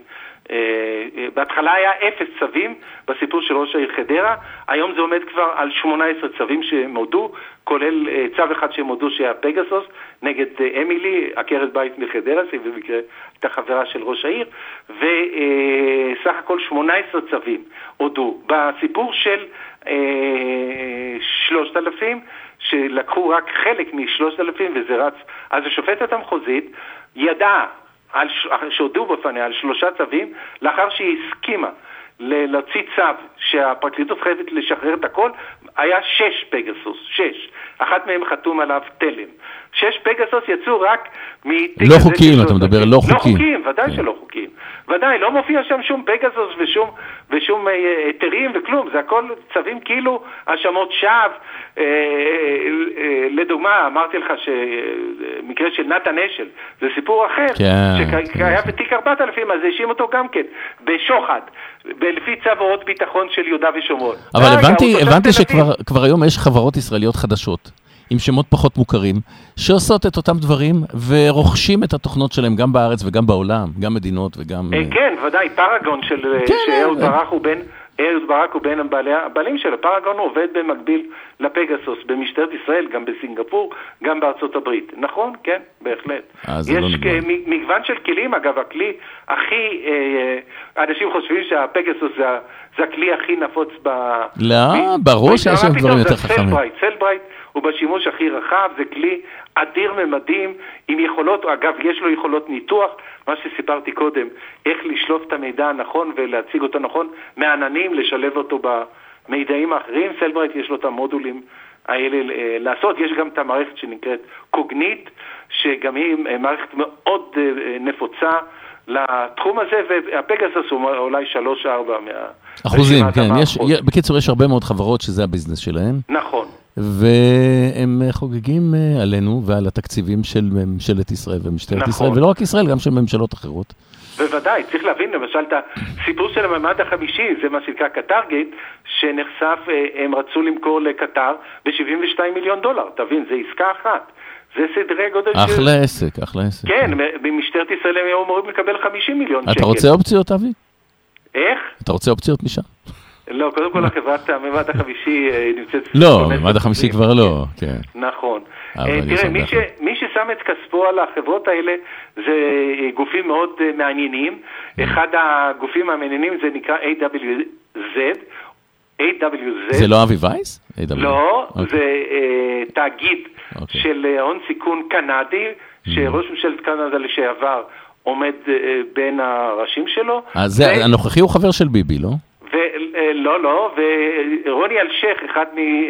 Speaker 6: בהתחלה היה אפס צווים בסיפור של ראש העיר חדרה, היום זה עומד כבר על שמונה עשרה צווים שמודו, כולל צו אחד שמודו שהיה פגסוס נגד אמילי, עקרת בית מחדרה, שבמקרה הייתה חברה של ראש העיר, וסך הכל שמונה עשרה צווים הודו. בסיפור של שלושת אלפים, שלקחו רק חלק משלושת אלפים וזה רץ, אז השופטת המחוזית ידעה על, שהודו בפניה על שלושה צווים, לאחר שהיא הסכימה להוציא צו שהפרקליטות חייבת לשחרר את הכל, היה שש פגסוס, שש. אחת מהם חתום עליו תלם. שש פגסוס יצאו רק מתיק
Speaker 4: לא חוקיים, אתה מדבר לא חוקיים.
Speaker 6: לא חוקיים, ודאי כן. שלא חוקיים. ודאי, לא מופיע שם שום פגסוס ושום, ושום היתרים וכלום. זה הכל צווים כאילו האשמות שווא. אה, אה, לדוגמה, אמרתי לך שמקרה של נתן אשל, זה סיפור אחר.
Speaker 4: כן.
Speaker 6: שהיה בתיק ארבעת אלפים, אז האשים אותו גם כן, בשוחד. לפי צו הוראות ביטחון של יהודה ושומרון.
Speaker 4: אבל הבנתי, הבנתי שכבר היום יש חברות ישראליות חדשות, עם שמות פחות מוכרים, שעושות את אותם דברים, ורוכשים את התוכנות שלהם גם בארץ וגם בעולם, גם מדינות וגם...
Speaker 6: כן, ודאי, פרגון של אהוד ברח הוא בין אהוד ברק הוא בין הבעלים שלו. פרגון עובד במקביל לפגסוס, במשטרת ישראל, גם בסינגפור, גם בארצות הברית. נכון? כן, בהחלט. יש מגוון של כלים, אגב, הכלי הכי, אנשים חושבים שהפגסוס זה, זה הכלי הכי נפוץ ב...
Speaker 4: לא, בראש יש שם דברים יותר חכמים.
Speaker 6: סלברייט, סלברייט הוא בשימוש הכי רחב, זה כלי אדיר ממדים, עם יכולות, אגב, יש לו יכולות ניתוח, מה שסיפרתי קודם, איך לשלוף את המידע הנכון ולהציג אותו נכון, מעננים, לשלב אותו במידעים האחרים. סלברייט יש לו את המודולים האלה לעשות. יש גם את המערכת שנקראת קוגנית, שגם היא מערכת מאוד נפוצה לתחום הזה, והפגסוס הוא אולי שלוש ארבע מה...
Speaker 4: אחוזים, כן. יש, בקיצור, יש הרבה מאוד חברות שזה הביזנס שלהן.
Speaker 6: נכון.
Speaker 4: והם חוגגים עלינו ועל התקציבים של ממשלת ישראל ומשטרת נכון. ישראל, ולא רק ישראל, גם של ממשלות אחרות.
Speaker 6: בוודאי, צריך להבין למשל את הסיפור של הממד החמישי, זה מה שנקרא קטרגייט, שנחשף, הם רצו למכור לקטר ב-שבעים ושניים מיליון דולר, תבין, זה עסקה אחת. זה סדרי גודל
Speaker 4: של... אחלה עסק, אחלה עסק.
Speaker 6: כן, במשטרת ישראל הם אמורים לקבל חמישים מיליון שקל.
Speaker 4: אתה רוצה אופציות, אבי?
Speaker 6: איך?
Speaker 4: אתה רוצה אופציות משם?
Speaker 6: לא, קודם כל החברת הממד החמישי נמצאת...
Speaker 4: לא, הממד החמישי כבר לא, כן.
Speaker 6: נכון. תראה, מי ששם את כספו על החברות האלה זה גופים מאוד מעניינים. אחד הגופים המעניינים זה נקרא איי דאבליו זד. איי דאבליו זד.
Speaker 4: זה לא אבי וייס?
Speaker 6: לא, זה תאגיד של הון סיכון קנדי, שראש ממשלת קנדה לשעבר עומד בין הראשים שלו.
Speaker 4: אז הנוכחי הוא חבר של ביבי, לא?
Speaker 6: לא, לא, ורוני אלשייך, אחד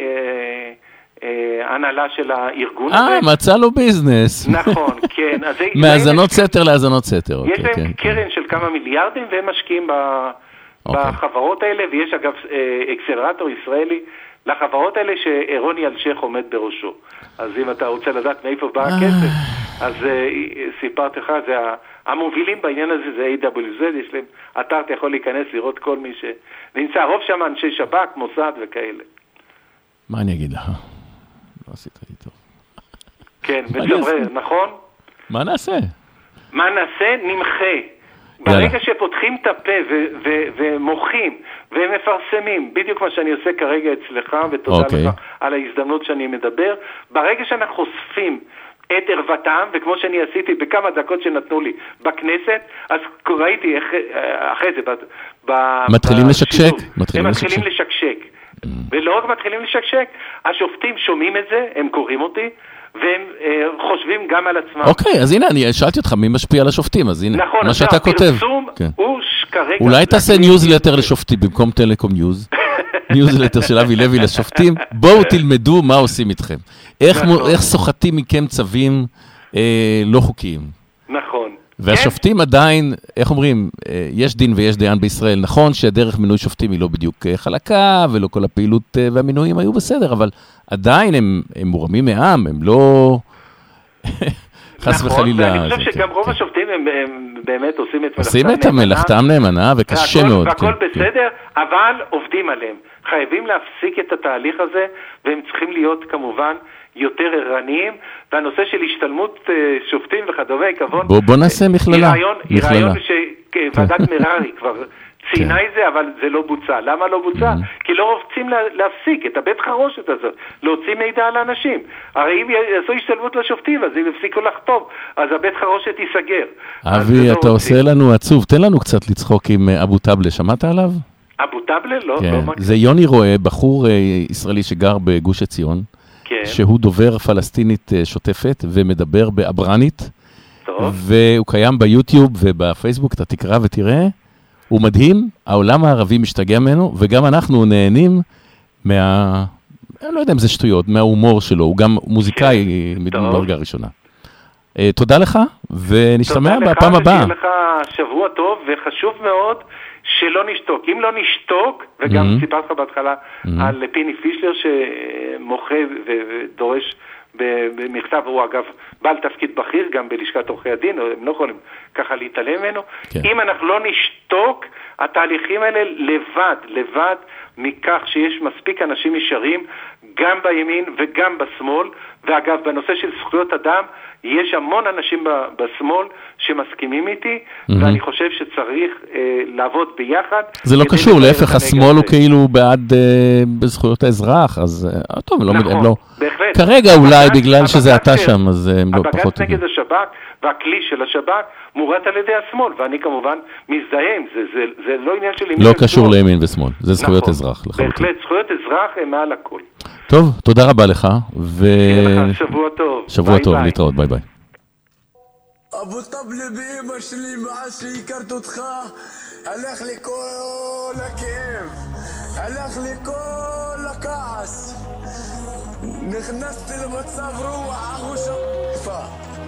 Speaker 6: מהנהלה של הארגון הזה.
Speaker 4: אה, מצא לו ביזנס.
Speaker 6: נכון, כן.
Speaker 4: מהזנות סתר להזנות סתר.
Speaker 6: יש להם קרן של כמה מיליארדים, והם משקיעים בחברות האלה, ויש אגב אקסלרטור ישראלי לחברות האלה שרוני אלשייך עומד בראשו. אז אם אתה רוצה לדעת מאיפה בא הכסף, אז סיפרתי לך, זה המובילים בעניין הזה, זה איי דאבליו זד, יש להם אתר, אתה יכול להיכנס, לראות כל מי שנמצא, רוב שם אנשי שב"כ, מוסד וכאלה.
Speaker 4: מה אני אגיד לך? לא עשית לי טוב.
Speaker 6: כן, מצברר, נכון?
Speaker 4: מה נעשה?
Speaker 6: מה נעשה? נמחה. ברגע שפותחים את הפה ומוחים ומפרסמים, בדיוק מה שאני עושה כרגע אצלך, ותודה לך על ההזדמנות שאני מדבר, ברגע שאנחנו חושפים את ערוותם, וכמו שאני עשיתי בכמה דקות שנתנו לי בכנסת, אז ראיתי איך, אחרי זה, ב,
Speaker 4: מתחילים לשקשק.
Speaker 6: הם מתחילים לשקשק. ולא רק מתחילים לשקשק, השופטים שומעים את זה, הם קוראים אותי, והם חושבים גם על עצמם.
Speaker 4: אוקיי, אז הנה, אני שאלתי אותך, מי משפיע על השופטים? אז הנה,
Speaker 6: נכון,
Speaker 4: מה שאתה כותב.
Speaker 6: הפרסום הוא כרגע...
Speaker 4: אולי תעשה ניוזלטר לשופטים, במקום טלקום ניוז. ניוזלטר של אבי לוי לשופטים. בואו תלמדו מה עושים איתכם. איך סוחטים מכם צווים לא חוקיים.
Speaker 6: נכון.
Speaker 4: והשופטים עדיין, איך אומרים, יש דין ויש דיין בישראל. נכון שהדרך מינוי שופטים היא לא בדיוק חלקה, ולא כל הפעילות והמינויים היו בסדר, אבל עדיין הם, הם מורמים מעם, הם לא... חס וחלילה.
Speaker 6: נכון, ואני חושב שגם רוב השופטים הם באמת עושים את
Speaker 4: עושים את מלאכתם נאמנה, וקשה מאוד.
Speaker 6: והכל בסדר, אבל עובדים עליהם. חייבים להפסיק את התהליך הזה, והם צריכים להיות כמובן יותר ערניים, והנושא של השתלמות שופטים וכדומה, כמובן...
Speaker 4: בוא נעשה מכללה.
Speaker 6: היא רעיון שוועדת מררי כבר... ציינה את זה, אבל זה לא בוצע. למה לא בוצע? כי לא רוצים להפסיק את הבית חרושת הזאת, להוציא מידע על האנשים. הרי אם יעשו השתלמות לשופטים, אז אם יפסיקו לחתום, אז הבית חרושת ייסגר.
Speaker 4: אבי, אתה עושה לנו עצוב. תן לנו קצת לצחוק עם אבו טאבלה. שמעת עליו?
Speaker 6: אבו טאבלה? לא.
Speaker 4: זה יוני רואה, בחור ישראלי שגר בגוש עציון, שהוא דובר פלסטינית שוטפת ומדבר באברנית, והוא קיים ביוטיוב ובפייסבוק, אתה תקרא ותראה, הוא מדהים, העולם הערבי משתגע ממנו, וגם אנחנו נהנים מה... אני לא יודע אם זה שטויות, מההומור שלו, הוא גם מוזיקאי מדרגה ראשונה. תודה לך, ונשתמע בפעם הבאה.
Speaker 6: תודה לך, ושיהיה לך שבוע טוב, וחשוב מאוד שלא נשתוק. אם לא נשתוק, וגם סיפרת לך בהתחלה על פיני פישלר שמוחה ודורש במכתב, הוא אגב בעל תפקיד בכיר גם בלשכת עורכי הדין, הם לא יכולים ככה להתעלם ממנו. אם אנחנו לא נשתוק, התהליכים האלה לבד, לבד מכך שיש מספיק אנשים ישרים, גם בימין וגם בשמאל, ואגב, בנושא של זכויות אדם, יש המון אנשים בשמאל שמסכימים איתי, mm-hmm. ואני חושב שצריך אה, לעבוד ביחד.
Speaker 4: זה לא קשור, להפך, השמאל הוא כאילו בעד אה, בזכויות האזרח, אז אה, טוב, לא,
Speaker 6: נכון,
Speaker 4: הם לא...
Speaker 6: בהחלט.
Speaker 4: כרגע אולי
Speaker 6: הבג"ץ,
Speaker 4: בגלל שזה אתה
Speaker 6: של,
Speaker 4: שם, אז הם לא פחות...
Speaker 6: הבג"ץ נגד השב"כ, והכלי של השב"כ מורד על ידי השמאל, ואני כמובן מזדהם, זה, זה, זה לא עניין של ימין
Speaker 4: לא
Speaker 6: ושמאל.
Speaker 4: קשור לימין ושמאל, זה זכויות
Speaker 6: נכון,
Speaker 4: אזרח. לחלוטין.
Speaker 6: בהחלט, זכויות אזרח הם מעל הכל.
Speaker 4: טוב, תודה רבה לך, ו...
Speaker 6: שבוע טוב.
Speaker 4: שבוע
Speaker 6: ביי
Speaker 4: טוב,
Speaker 6: ביי.
Speaker 4: להתראות, ביי ביי.
Speaker 7: אבו טבלה באמא שלי מאז שהכרת אותך, הלך לי כל הכאב, הלך לי כל הכעס, נכנסתי למצב רוח אחושה יפה.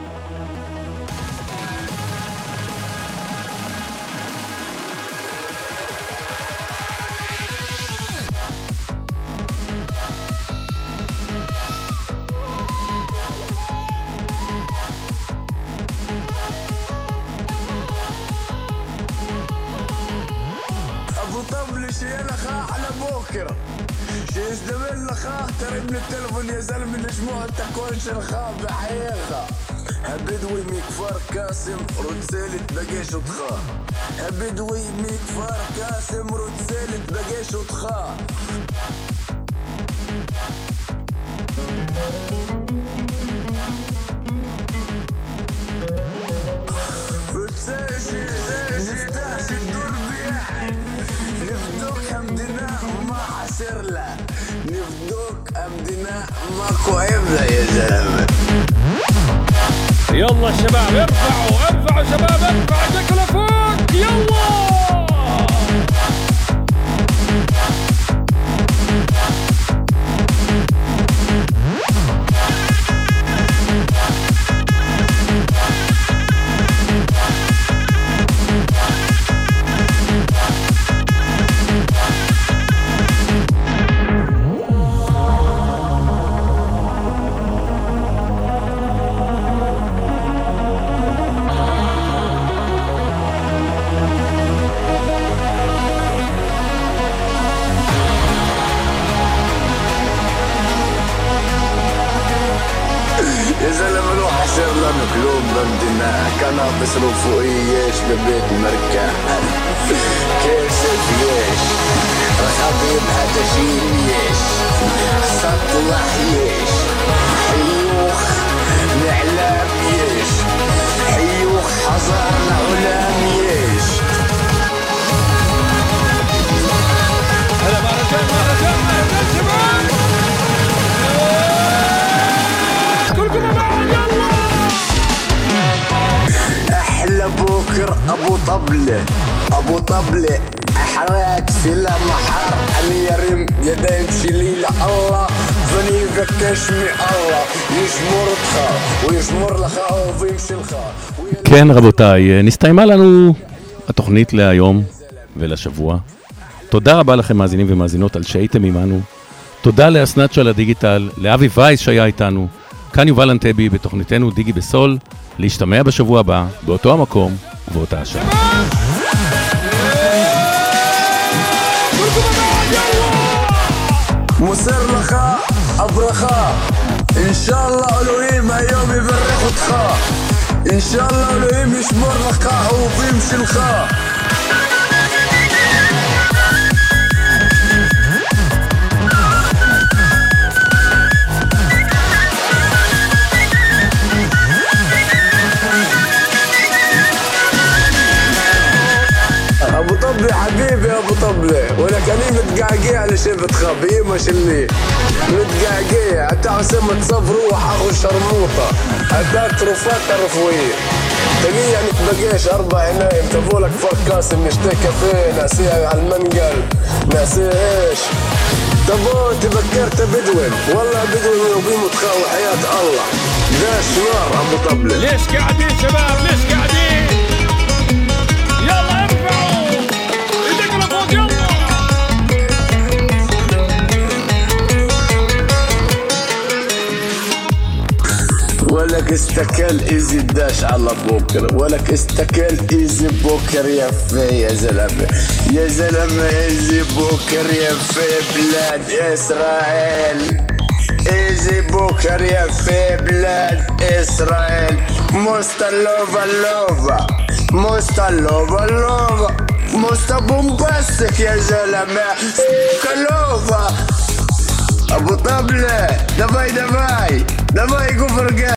Speaker 7: שיהיה לך אחלה בוקר, שיזדמן לך, תרים לי טלפון יא זלמי לשמוע את הקול שלך בחייך. הבדואי מכפר קאסם רוצה להתבגש אותך, הבדואי מכפר קאסם רוצה להתבגש אותך. רוצה שנפתח שידור ביחד, נבדוק המדינה מה חסר לה, נבדוק המדינה מה כואב לה יא זלמה.
Speaker 8: يلا شباب ارفعوا ارفعوا شباب ارفعوا ايديكم لفوق يلا
Speaker 7: كنابس رفوقيش ببيت مركان كيسف يش رخبيب هذا شيء يش سطلح يش حيوخ نعلام يش حيوخ حضارنا علام يش
Speaker 8: هلا مهرجان مهرجان مهرجان شباب كلكم معي يلا
Speaker 7: أحلى بوكر أبو طبلة أبو طبلة أحرات في المحار أنا يرم يدين شليل الله فني بكشمي الله يشمر לך ويشمر לך וימשל לך.
Speaker 4: כן רבותיי, נסתיימה לנו התוכנית להיום ולשבוע. תודה רבה לכם מאזינים ומאזינות על שהייתם עמנו. תודה לאסנת של הדיגיטל, לאבי וייס שהיה איתנו. כאן יובל אנטבי בתוכניתנו דיגי בסול. להשתמע בשבוע הבא, באותו המקום ובאותה השעה.
Speaker 7: מוסר לך הברכה, אינשאללה אלוהים היום יברך אותך, אינשאללה אלוהים ישמור לך אהובים שלך. ابو طبلة حبيبي ابو طبلة ولك انا متقعقع على شفتك بيما شلي متقعقع حتى عسام تصف روح اخو الشرموطة حتى تروفات رفوية تقي يعني تبقيش اربع عينايم تبولك فوق كاسم نشتي كافيه ناسيه على المنقل ناسيه ايش تبو تبكرت بدوين والله بدوين وبيمو تخاوي حياة الله داش نار ابو طبلة.
Speaker 8: ليش قاعدين شباب ليش قاعدين يلا ارفعوا ايديكم لفوق يلا
Speaker 7: ولك استكل ايزي داش على بوكر ولك استكل ايزي بوكر يا في يا زلمه يا زلمه ايزي بوكر يا في بلاد اسرائيل. איזה בוקר יפה בלד ישראל מוסטה לובה לובה מוסטה לובה לובה מוסטה בומבסטיק יא זלמה קלובה אבו טבלה דווי דווי דווי גופר